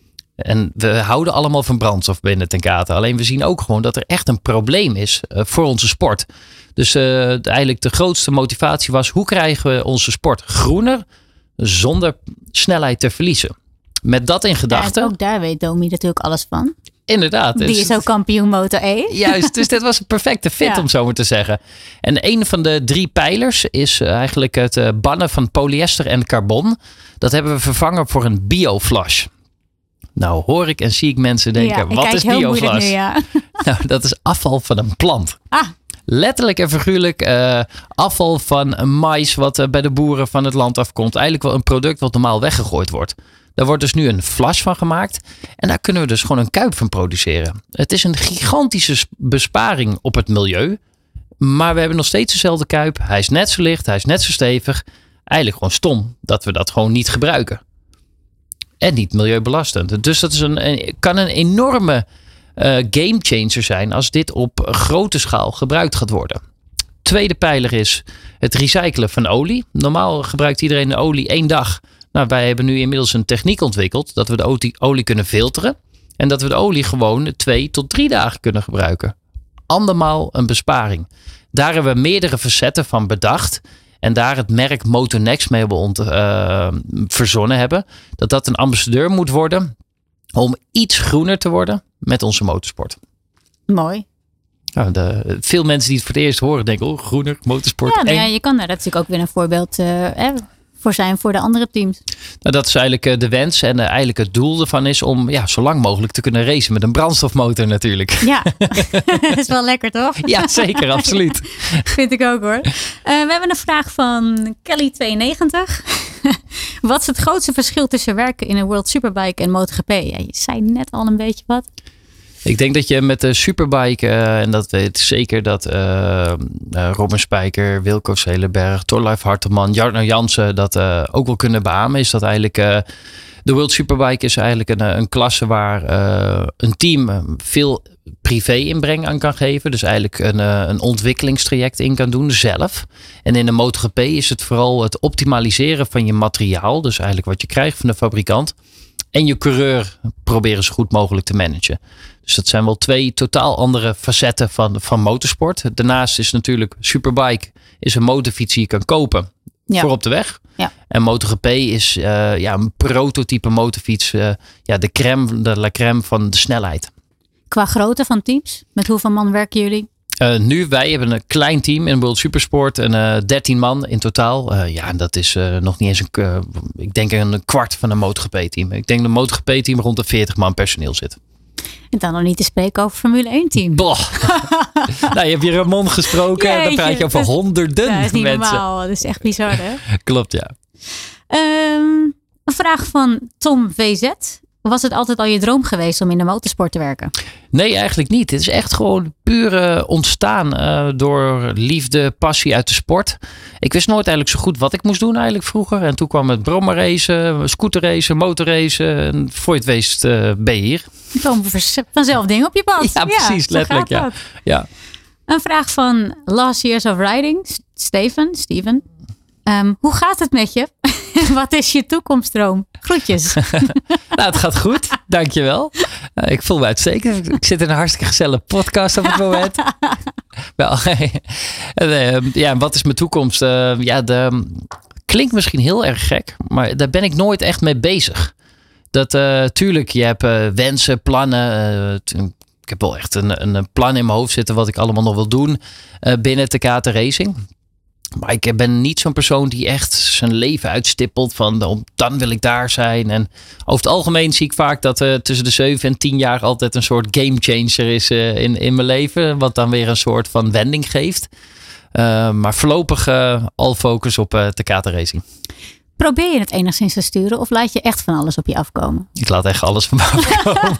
C: En we houden allemaal van brandstof binnen Ten-Kate. Alleen we zien ook gewoon dat er echt een probleem is voor onze sport. Dus eigenlijk de grootste motivatie was hoe krijgen we onze sport groener zonder snelheid te verliezen. Met dat in gedachten.
B: Ja, ook daar weet Domi natuurlijk alles van.
C: Inderdaad.
B: Die is ook kampioen Moto E.
C: Juist, dus dit was een perfecte fit om zo maar te zeggen. En een van de 3 pijlers is eigenlijk het bannen van polyester en carbon. Dat hebben we vervangen voor een bioflash. Nou hoor ik en zie ik mensen denken, wat is bioflash?
B: Nu, ja.
C: Nou, dat is afval van een plant. Letterlijk en figuurlijk afval van mais wat bij de boeren van het land afkomt. Eigenlijk wel een product wat normaal weggegooid wordt. Daar wordt dus nu een flash van gemaakt. En daar kunnen we dus gewoon een kuip van produceren. Het is een gigantische besparing op het milieu. Maar we hebben nog steeds dezelfde kuip. Hij is net zo licht, hij is net zo stevig. Eigenlijk gewoon stom dat we dat gewoon niet gebruiken. En niet milieubelastend. Dus dat is kan een enorme gamechanger zijn als dit op grote schaal gebruikt gaat worden. Tweede pijler is het recyclen van olie. Normaal gebruikt iedereen de olie 1 dag. Nou, wij hebben nu inmiddels een techniek ontwikkeld dat we de olie kunnen filteren. En dat we de olie gewoon 2 tot 3 dagen kunnen gebruiken. Andermaal een besparing. Daar hebben we meerdere facetten van bedacht. En daar het merk Motonext mee verzonnen hebben. Dat een ambassadeur moet worden om iets groener te worden met onze motorsport.
B: Mooi.
C: Nou, veel mensen die het voor het eerst horen denken, groener, motorsport.
B: Ja, je kan daar natuurlijk ook weer een voorbeeld voor zijn voor de andere teams.
C: Nou, dat is eigenlijk de wens en eigenlijk het doel ervan is om zo lang mogelijk te kunnen racen met een brandstofmotor natuurlijk.
B: Ja, dat is wel lekker toch?
C: Ja, zeker, absoluut.
B: Vind ik ook hoor. We hebben een vraag van Kelly92. Wat is het grootste verschil tussen werken in een World Superbike en MotoGP? Ja, je zei net al een beetje wat.
C: Ik denk dat je met de Superbike, en dat weet zeker dat Robin Spijker, Wilco Zelenberg, Thorleif Hartelman, Jarno Jansen dat ook wel kunnen beamen. Is dat eigenlijk de World Superbike is eigenlijk een klasse waar een team veel privé inbreng aan kan geven. Dus eigenlijk een ontwikkelingstraject in kan doen zelf. En in de MotoGP is het vooral het optimaliseren van je materiaal. Dus eigenlijk wat je krijgt van de fabrikant. En je coureur proberen zo goed mogelijk te managen. Dus dat zijn wel 2 totaal andere facetten van motorsport. Daarnaast is natuurlijk Superbike is een motorfiets die je kan kopen voor op de weg. Ja. En MotoGP is een prototype motorfiets. De crème de la crème van de snelheid.
B: Qua grootte van teams? Met hoeveel man werken jullie?
C: Nu, wij hebben een klein team in World Supersport. 13 man in totaal. En dat is nog niet eens ik denk een kwart van een MotoGP-team. Ik denk dat een MotoGP-team rond de 40 man personeel zit.
B: En dan nog niet te spreken over Formule 1-team.
C: Nou, je hebt hier Ramon gesproken. Jeetje, dan praat je over honderden mensen.
B: Dat is niet normaal. Dat is echt bizar, hè?
C: Klopt, ja.
B: Een vraag van Tom VZ. Was het altijd al je droom geweest om in de motorsport te werken?
C: Nee, eigenlijk niet. Het is echt gewoon puur ontstaan door liefde, passie uit de sport. Ik wist nooit eigenlijk zo goed wat ik moest doen eigenlijk vroeger. En toen kwam het brommerracen, scooterracen, motorracen. En voor je het weest ben je hier.
B: Er komen vanzelf dingen op je pad.
C: Ja, precies. Letterlijk. Ja.
B: Een vraag van Last Years of Riding. Steven. Hoe gaat het met je? Wat is je toekomstdroom? Groetjes.
C: Nou, het gaat goed. Dankjewel. Ik voel me uitstekend. Ik zit in een hartstikke gezellige podcast op het moment. Wel, wat is mijn toekomst? Klinkt misschien heel erg gek, maar daar ben ik nooit echt mee bezig. Tuurlijk, je hebt wensen, plannen. Ik heb wel echt een plan in mijn hoofd zitten wat ik allemaal nog wil doen binnen TKT Racing. Maar ik ben niet zo'n persoon die echt zijn leven uitstippelt van dan wil ik daar zijn. En over het algemeen zie ik vaak dat tussen de 7 en 10 jaar altijd een soort gamechanger is in mijn leven. Wat dan weer een soort van wending geeft. Maar voorlopig al focus op TKT Racing.
B: Probeer je het enigszins te sturen of laat je echt van alles op je afkomen?
C: Ik laat echt alles van me afkomen.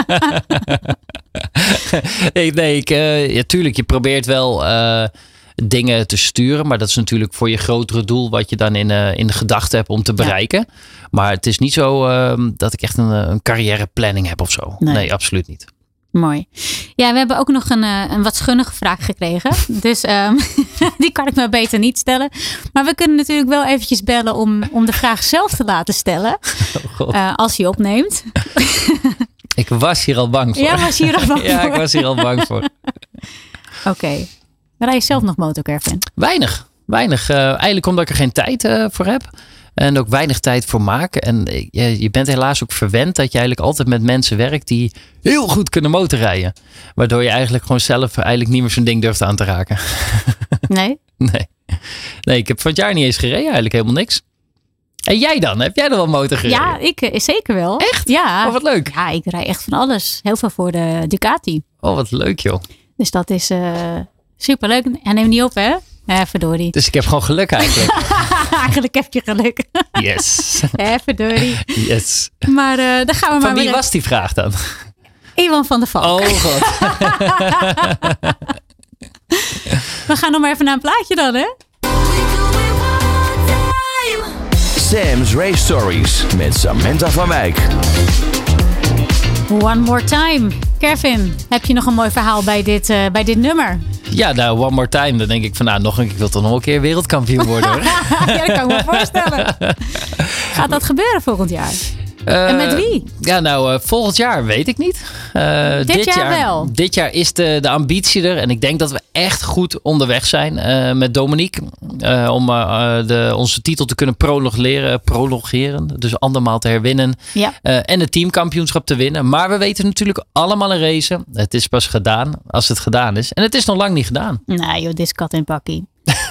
C: Tuurlijk, je probeert wel dingen te sturen. Maar dat is natuurlijk voor je grotere doel wat je dan in de gedachten hebt om te bereiken. Ja. Maar het is niet zo dat ik echt een carrièreplanning heb of zo. Nee, absoluut niet.
B: Mooi. Ja, we hebben ook nog een wat schunnige vraag gekregen. Dus die kan ik maar beter niet stellen. Maar we kunnen natuurlijk wel eventjes bellen om de vraag zelf te laten stellen. Als je opneemt.
C: Ik was hier al bang voor.
B: Ja, was je hier al bang voor?
C: Ja, ik was hier al bang voor.
B: Oké. Rij je zelf nog motorcaravan?
C: Weinig. Eigenlijk omdat ik er geen tijd voor heb. En ook weinig tijd voor maak. En je bent helaas ook verwend dat je eigenlijk altijd met mensen werkt die heel goed kunnen motorrijden. Waardoor je eigenlijk gewoon zelf eigenlijk niet meer zo'n ding durft aan te raken.
B: Nee?
C: Nee, ik heb van het jaar niet eens gereden. Eigenlijk helemaal niks. En jij dan? Heb jij er wel motor gereden?
B: Ja, ik zeker wel.
C: Echt?
B: Ja.
C: Oh, wat leuk.
B: Ja, ik rij echt van alles. Heel veel voor de Ducati.
C: Oh, wat leuk joh.
B: Dus dat is superleuk. En neem niet op hè. Verdorie.
C: Dus ik heb gewoon geluk eigenlijk.
B: Eigenlijk heb je geluk.
C: Yes.
B: Verdorie.
C: Yes.
B: Maar dan gaan we
C: Van wie was die vraag dan?
B: Iwan van der Valk.
C: Oh god.
B: We gaan nog maar even naar een plaatje dan hè.
A: Sam's Race Stories met Samantha van Wijk.
B: One more time. Kevin, heb je nog een mooi verhaal bij dit nummer?
C: Ja, nou, one more time. Dan denk ik van, ik wil toch nog een keer wereldkampioen worden hoor.
B: Ja, dat kan ik me voorstellen. Gaat dat gebeuren volgend jaar? En met wie?
C: Ja, nou, volgend jaar weet ik niet.
B: Dit jaar wel.
C: Dit jaar is de ambitie er. En ik denk dat we echt goed onderweg zijn met Dominique. Om onze titel te kunnen prolongeren. Dus andermaal te herwinnen.
B: Ja.
C: En het teamkampioenschap te winnen. Maar we weten natuurlijk allemaal in racen. Het is pas gedaan als het gedaan is. En het is nog lang niet gedaan.
B: Nou joh, dit is kat en bakkie.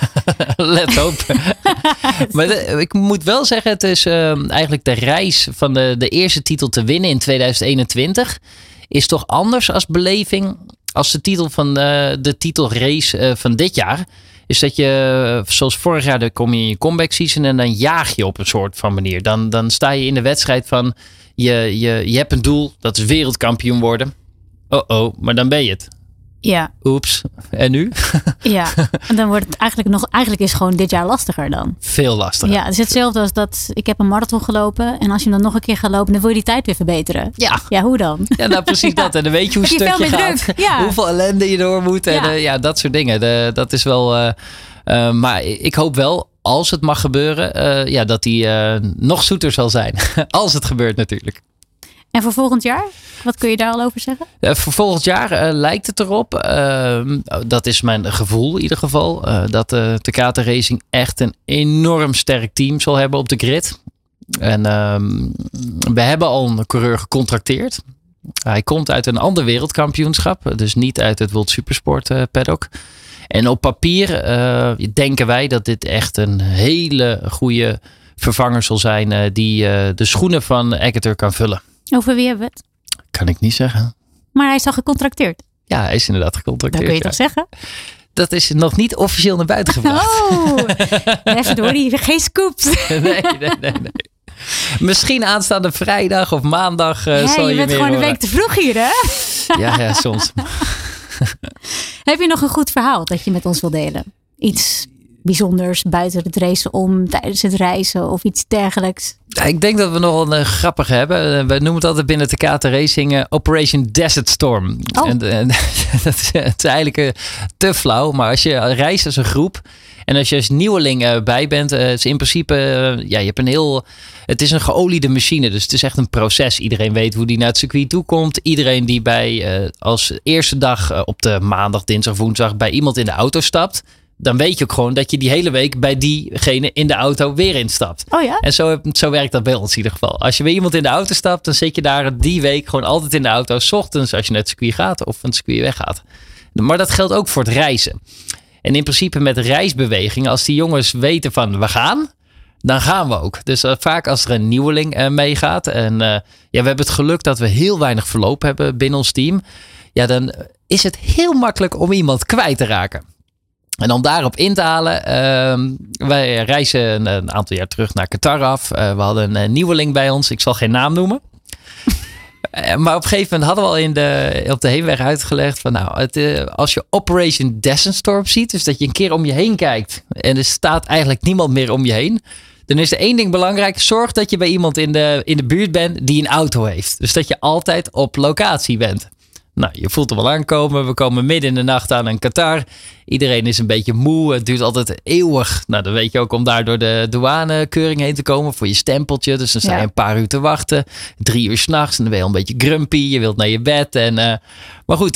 C: Let op. Maar ik moet wel zeggen, het is eigenlijk de reis van de eerste titel te winnen in 2021 is toch anders als beleving als de titel van de titelrace van dit jaar. Is dat je, zoals vorig jaar, dan kom je in je comeback season en dan jaag je op een soort van manier. Dan sta je in de wedstrijd van, je hebt een doel, dat is wereldkampioen worden. Maar dan ben je het.
B: Ja.
C: Oeps. En nu?
B: Ja. En dan wordt het eigenlijk is gewoon dit jaar lastiger dan.
C: Veel lastiger.
B: Ja, het is hetzelfde als dat ik heb een marathon gelopen en als je hem dan nog een keer gaat lopen, dan wil je die tijd weer verbeteren.
C: Ja.
B: Ja, hoe dan?
C: Ja, nou precies dat. En dan weet je hoe stuk je gaat.
B: Ja.
C: Hoeveel ellende je door moet. En dat soort dingen. Dat is wel... maar ik hoop wel, als het mag gebeuren, dat die nog zoeter zal zijn. Als het gebeurt natuurlijk.
B: En voor volgend jaar? Wat kun je daar al over zeggen?
C: Voor volgend jaar lijkt het erop. Dat is mijn gevoel in ieder geval. Dat de Takata Racing echt een enorm sterk team zal hebben op de grid. En we hebben al een coureur gecontracteerd. Hij komt uit een ander wereldkampioenschap. Dus niet uit het World Supersport paddock. En op papier denken wij dat dit echt een hele goede vervanger zal zijn. Die de schoenen van Eggerter kan vullen.
B: Over wie hebben we het?
C: Kan ik niet zeggen.
B: Maar hij is al gecontracteerd.
C: Ja, hij is inderdaad gecontracteerd.
B: Dat kun je toch zeggen?
C: Dat is nog niet officieel naar buiten gebracht.
B: Oh, even door die geen scoops.
C: Nee. Misschien aanstaande vrijdag of maandag zal je meer
B: je bent gewoon
C: horen.
B: een week te vroeg hier, hè?
C: Ja, soms.
B: Heb je nog een goed verhaal dat je met ons wil delen? Iets bijzonders buiten het racen om, tijdens het reizen of iets dergelijks?
C: Ja, ik denk dat we nog een grappige hebben. We noemen het altijd binnen Takata Racing Operation Desert Storm.
B: Oh.
C: En het is eigenlijk te flauw. Maar als je reist als een groep en als je als nieuweling bij bent, is in principe, je hebt een heel... Het is een geoliede machine, dus het is echt een proces. Iedereen weet hoe die naar het circuit toe komt. Iedereen die als eerste dag op de maandag, dinsdag, woensdag bij iemand in de auto stapt, dan weet je ook gewoon dat je die hele week bij diegene in de auto weer instapt.
B: Oh ja?
C: En zo werkt dat bij ons in ieder geval. Als je bij iemand in de auto stapt, dan zit je daar die week gewoon altijd in de auto. 's Ochtends als je naar het circuit gaat of van het circuit weggaat. Maar dat geldt ook voor het reizen. En in principe met reisbewegingen, als die jongens weten van we gaan, dan gaan we ook. Dus vaak als er een nieuweling meegaat. En we hebben het geluk dat we heel weinig verloop hebben binnen ons team. Ja, dan is het heel makkelijk om iemand kwijt te raken. En om daarop in te halen, wij reizen een aantal jaar terug naar Qatar af. We hadden een nieuweling bij ons, ik zal geen naam noemen. Maar op een gegeven moment hadden we al op de heenweg uitgelegd van als je Operation Desert Storm ziet, dus dat je een keer om je heen kijkt en er staat eigenlijk niemand meer om je heen, dan is er één ding belangrijk. Zorg dat je bij iemand in de buurt bent die een auto heeft. Dus dat je altijd op locatie bent. Nou, je voelt hem wel aankomen. We komen midden in de nacht aan in Qatar. Iedereen is een beetje moe. Het duurt altijd eeuwig. Nou, dan weet je ook om daar door de douanekeuring heen te komen voor je stempeltje. Dus dan sta je een paar uur te wachten. 3 uur 's nachts en dan ben je al een beetje grumpy. Je wilt naar je bed. Maar goed,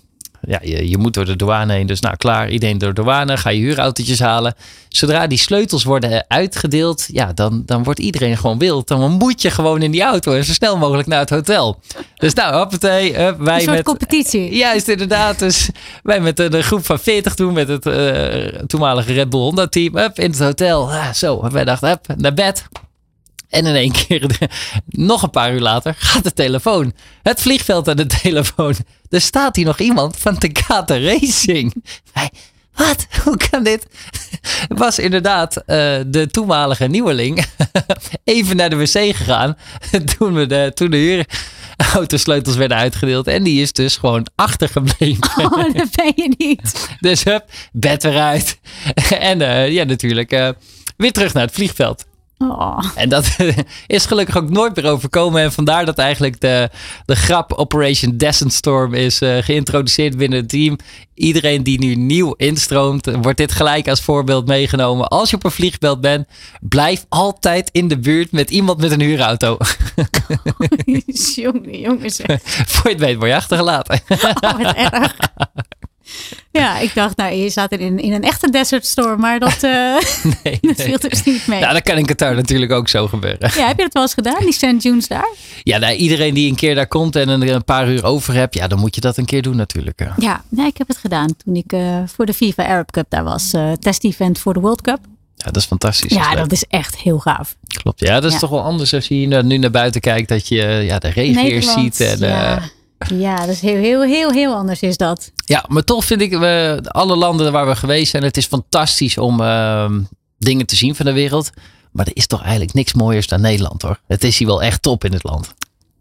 C: je moet door de douane heen. Dus klaar. Iedereen door de douane. Ga je huurautootjes halen. Zodra die sleutels worden uitgedeeld, dan wordt iedereen gewoon wild. Dan moet je gewoon in die auto en zo snel mogelijk naar het hotel. Dus hoppatee. Wij
B: een soort competitie.
C: Juist, inderdaad. Dus wij met een groep van 40 toen met het toenmalige Red Bull Honda team. In het hotel. Wij dachten, naar bed. En in één keer, nog een paar uur later, gaat de telefoon. Het vliegveld aan de telefoon. Er staat hier nog iemand van Takata Racing. Wat? Hoe kan dit? Het was inderdaad de toenmalige nieuweling even naar de wc gegaan. Toen de huurautosleutels werden uitgedeeld. En die is dus gewoon achtergebleven.
B: Oh, dat ben je niet.
C: Dus bed eruit. En natuurlijk weer terug naar het vliegveld.
B: Oh.
C: En dat is gelukkig ook nooit meer overkomen. En vandaar dat eigenlijk de grap Operation Desert Storm is geïntroduceerd binnen het team. Iedereen die nu nieuw instroomt, wordt dit gelijk als voorbeeld meegenomen. Als je op een vliegveld bent, blijf altijd in de buurt met iemand met een huurauto.
B: Jongens.
C: Voor je het weet word je achtergelaten.
B: Oh, wat erg. Ja, ik dacht, je zat in een echte Desert Storm, maar dat viel dus niet mee.
C: Nou, dat kan in Qatar natuurlijk ook zo gebeuren.
B: Ja, heb je dat wel eens gedaan, die St. Jude's daar?
C: Ja, nou, iedereen die een keer daar komt en een paar uur over hebt, ja, dan moet je dat een keer doen natuurlijk.
B: Ja, nee, ik heb het gedaan toen ik voor de FIFA Arab Cup daar was. Test-event voor de World Cup.
C: Ja, dat is fantastisch.
B: Ja, dat is echt heel gaaf.
C: Klopt, ja, dat is toch wel anders als je nu naar buiten kijkt, dat je de regen hier ziet. En,
B: ja, dat is heel anders is dat.
C: Ja, maar toch vind ik alle landen waar we geweest zijn, het is fantastisch om dingen te zien van de wereld. Maar er is toch eigenlijk niks mooiers dan Nederland, hoor. Het is hier wel echt top in het land.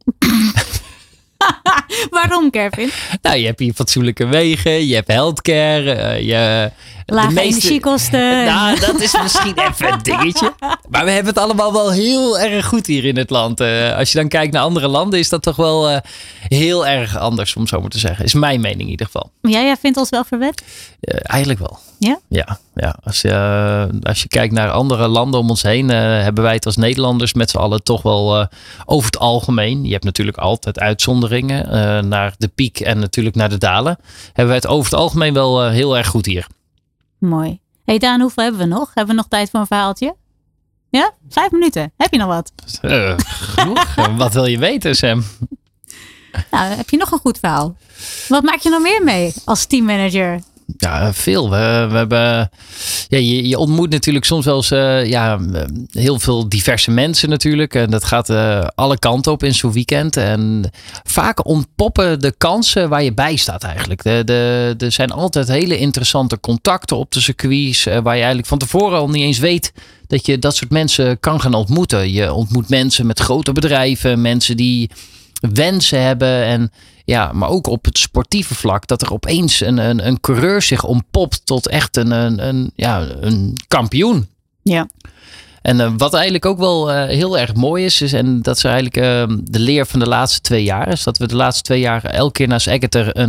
B: Waarom, Kevin?
C: Nou, je hebt hier fatsoenlijke wegen, je hebt healthcare,
B: lage energiekosten.
C: Nou, dat is misschien even een dingetje. Maar we hebben het allemaal wel heel erg goed hier in het land. Als je dan kijkt naar andere landen, is dat toch wel heel erg anders, om zo maar te zeggen. Is mijn mening in ieder geval.
B: Ja, jij vindt ons wel verwend?
C: Eigenlijk wel.
B: Ja?
C: Ja. Als je kijkt naar andere landen om ons heen, hebben wij het als Nederlanders met z'n allen toch wel over het algemeen. Je hebt natuurlijk altijd uitzonderingen naar de piek en natuurlijk naar de dalen. Hebben wij het over het algemeen wel heel erg goed hier.
B: Mooi. Hey Daan, hoeveel hebben we nog? Hebben we nog tijd voor een verhaaltje? Ja? 5 minuten. Heb je nog wat?
C: Genoeg. Wat wil je weten, Sam?
B: Nou, heb je nog een goed verhaal? Wat maak je nog meer mee als teammanager?
C: Ja, veel. We hebben, je ontmoet natuurlijk soms wel eens heel veel diverse mensen natuurlijk. En dat gaat alle kanten op in zo'n weekend. En vaak ontpoppen de kansen waar je bij staat eigenlijk. Er zijn altijd hele interessante contacten op de circuits. Waar je eigenlijk van tevoren al niet eens weet dat je dat soort mensen kan gaan ontmoeten. Je ontmoet mensen met grote bedrijven. Mensen die wensen hebben en maar ook op het sportieve vlak dat er opeens een coureur zich ontpopt tot echt een kampioen. Ja. En wat eigenlijk ook wel heel erg mooi is en dat is eigenlijk de leer van de laatste 2 jaar, is dat we de laatste 2 jaar elke keer naast Eggeter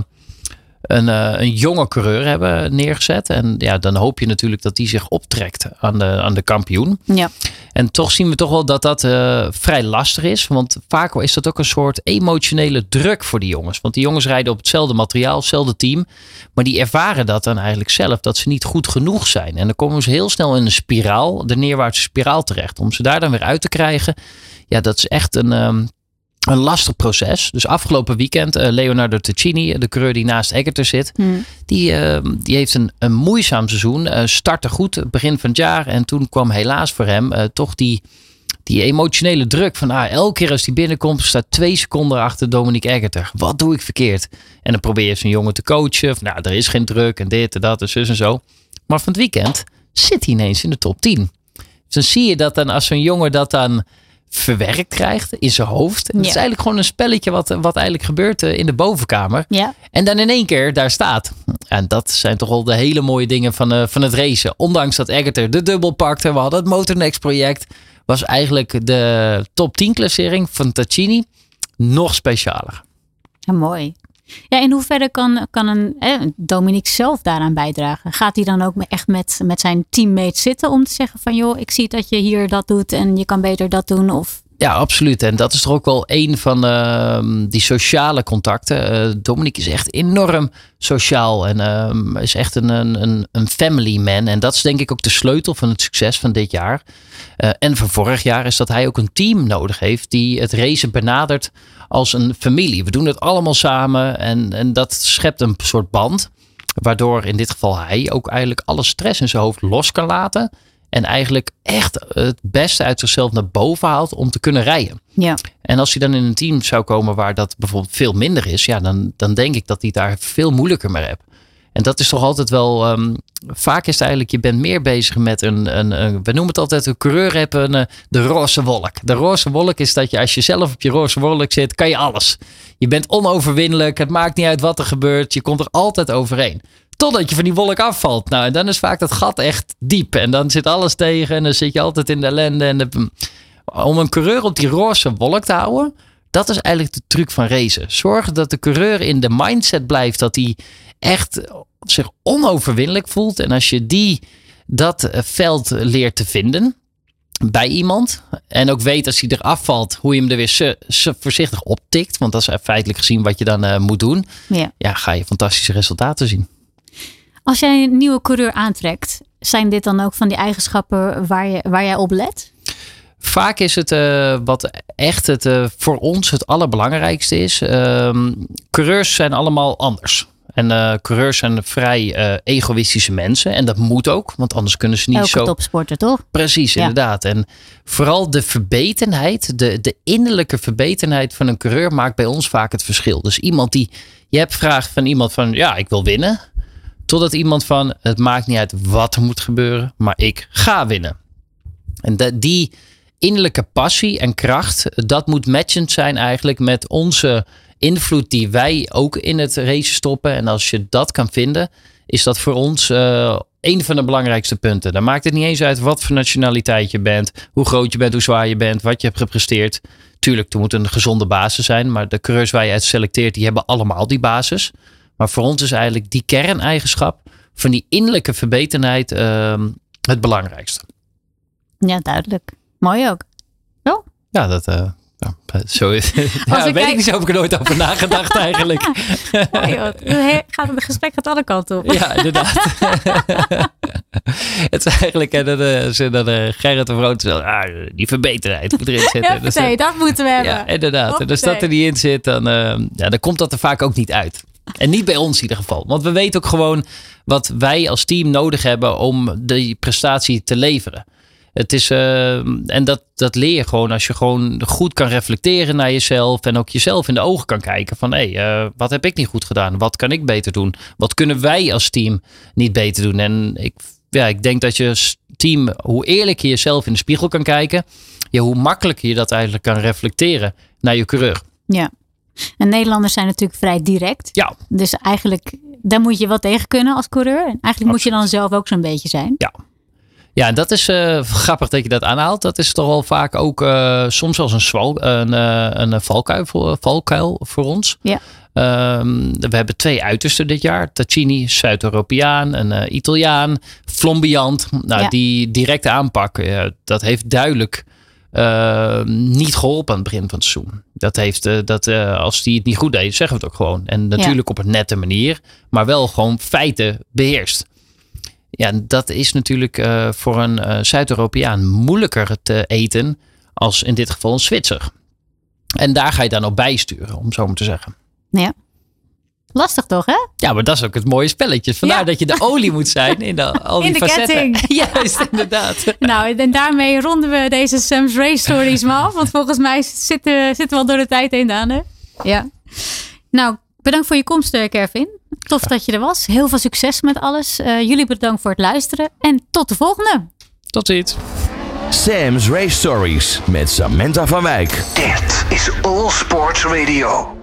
C: een jonge coureur hebben neergezet. En ja, dan hoop je natuurlijk dat die zich optrekt aan de kampioen. Ja. En toch zien we toch wel dat vrij lastig is. Want vaak is dat ook een soort emotionele druk voor die jongens. Want die jongens rijden op hetzelfde materiaal, hetzelfde team. Maar die ervaren dat dan eigenlijk zelf, dat ze niet goed genoeg zijn. En dan komen ze heel snel in een spiraal, de neerwaartse spiraal terecht. Om ze daar dan weer uit te krijgen. Ja, dat is echt een lastig proces. Dus afgelopen weekend Leonardo Ticini, de coureur die naast Eggeter zit. Die heeft een moeizaam seizoen. Startte goed begin van het jaar. En toen kwam helaas voor hem toch die emotionele druk. Van elke keer als hij binnenkomt staat 2 seconden achter Dominique Eggeter. Wat doe ik verkeerd? En dan probeer je zo'n jongen te coachen. Van, er is geen druk en dit en dat en zus en zo. Maar van het weekend zit hij ineens in de top 10. Dus dan zie je dat dan als zo'n jongen dat dan verwerkt krijgt in zijn hoofd. En het is eigenlijk gewoon een spelletje wat eigenlijk gebeurt in de bovenkamer. Ja. En dan in één keer daar staat. En dat zijn toch wel de hele mooie dingen van het racen. Ondanks dat Eggeter de dubbel pakte. We hadden het Motornext project. Was eigenlijk de top 10 klassering van Ticini nog specialer.
B: Ja, mooi. Ja, in hoeverre kan een Dominique zelf daaraan bijdragen? Gaat hij dan ook echt met zijn teammates zitten om te zeggen van joh, ik zie dat je hier dat doet en je kan beter dat doen? Of...
C: Ja, absoluut. En dat is toch ook wel een van die sociale contacten. Dominique is echt enorm sociaal en is echt een family man. En dat is denk ik ook de sleutel van het succes van dit jaar. En van vorig jaar is dat hij ook een team nodig heeft die het racen benadert als een familie. We doen het allemaal samen en dat schept een soort band. Waardoor in dit geval hij ook eigenlijk alle stress in zijn hoofd los kan laten. En eigenlijk echt het beste uit zichzelf naar boven haalt om te kunnen rijden. Ja. En als hij dan in een team zou komen waar dat bijvoorbeeld veel minder is. Ja, dan denk ik dat hij daar veel moeilijker mee hebt. En dat is toch altijd wel... vaak is het eigenlijk, je bent meer bezig met we noemen het altijd, een coureur hebben de roze wolk. De roze wolk is dat je als je zelf op je roze wolk zit, kan je alles. Je bent onoverwinnelijk. Het maakt niet uit wat er gebeurt. Je komt er altijd overheen. Totdat je van die wolk afvalt. Nou, en dan is vaak dat gat echt diep. En dan zit alles tegen. En dan zit je altijd in de ellende. En om een coureur op die roze wolk te houden. Dat is eigenlijk de truc van racen. Zorg dat de coureur in de mindset blijft. Dat hij echt zich onoverwinnelijk voelt. En als je dat veld leert te vinden. Bij iemand. En ook weet als hij eraf valt. Hoe je hem er weer voorzichtig optikt. Want dat is feitelijk gezien wat je dan moet doen. Ja, ga je fantastische resultaten zien.
B: Als jij een nieuwe coureur aantrekt, zijn dit dan ook van die eigenschappen waar jij op let?
C: Vaak is het wat echt voor ons het allerbelangrijkste is. Coureurs zijn allemaal anders. En coureurs zijn vrij egoïstische mensen. En dat moet ook, want anders kunnen ze niet
B: Elke topsporter, toch?
C: Precies, inderdaad. En vooral de verbetenheid, de innerlijke verbetenheid van een coureur maakt bij ons vaak het verschil. Dus je hebt vraagt van iemand van, ja, ik wil winnen. Totdat iemand van, het maakt niet uit wat er moet gebeuren, maar ik ga winnen. En die innerlijke passie en kracht, dat moet matchend zijn eigenlijk met onze invloed die wij ook in het race stoppen. En als je dat kan vinden, is dat voor ons een van de belangrijkste punten. Dan maakt het niet eens uit wat voor nationaliteit je bent, hoe groot je bent, hoe zwaar je bent, wat je hebt gepresteerd. Tuurlijk, er moet een gezonde basis zijn, maar de coureurs waar je uit selecteert, die hebben allemaal die basis. Maar voor ons is eigenlijk die kerneigenschap van die innerlijke verbetenheid het belangrijkste.
B: Ja, duidelijk. Mooi ook. Oh?
C: Ja, dat zo is ik niet, zo heb ik er nooit over nagedacht eigenlijk.
B: Het gesprek gaat alle kanten op.
C: Ja, inderdaad. Het is eigenlijk dat Gerrit of Rood die verbeterheid moet erin zitten.
B: Ja, dat moeten we hebben.
C: Ja, inderdaad. En als dat er niet in zit, dan komt dat er vaak ook niet uit. En niet bij ons in ieder geval. Want we weten ook gewoon wat wij als team nodig hebben om die prestatie te leveren. Het is, en dat leer je gewoon als je gewoon goed kan reflecteren naar jezelf. En ook jezelf in de ogen kan kijken van wat heb ik niet goed gedaan? Wat kan ik beter doen? Wat kunnen wij als team niet beter doen? En ik denk dat je als team, hoe eerlijk je jezelf in de spiegel kan kijken. Ja, hoe makkelijker je dat eigenlijk kan reflecteren naar je coureur.
B: Ja. En Nederlanders zijn natuurlijk vrij direct.
C: Ja.
B: Dus eigenlijk, daar moet je wel tegen kunnen als coureur. En eigenlijk moet je dan zelf ook zo'n beetje zijn.
C: Ja. Ja, en dat is grappig dat je dat aanhaalt. Dat is toch wel vaak ook soms als een valkuil voor ons. Ja. We hebben 2 uitersten dit jaar. Tacchini, Zuid-Europeaan, een Italiaan, flamboyant. Nou, die directe aanpak, dat heeft duidelijk niet geholpen aan het begin van het seizoen. Dat heeft, als die het niet goed deed, zeggen we het ook gewoon. En natuurlijk op een nette manier, maar wel gewoon feiten beheerst. Ja, dat is natuurlijk voor een Zuid-Europeaan moeilijker te eten als in dit geval een Zwitser. En daar ga je dan op bijsturen, om zo maar te zeggen.
B: Ja. Lastig toch, hè?
C: Ja, maar dat is ook het mooie spelletje. Vandaar dat je de olie moet zijn in al die facetten. Juist, inderdaad.
B: Nou, en daarmee ronden we deze Sam's Race Stories maar af. Want volgens mij zitten we al door de tijd heen, Daan, hè? Ja. Nou, bedankt voor je komst, Kervin. Tof dat je er was. Heel veel succes met alles. Jullie bedankt voor het luisteren. En tot de volgende.
C: Tot ziens.
A: Sam's Race Stories met Samantha van Wijk.
F: Dit is All Sports Radio.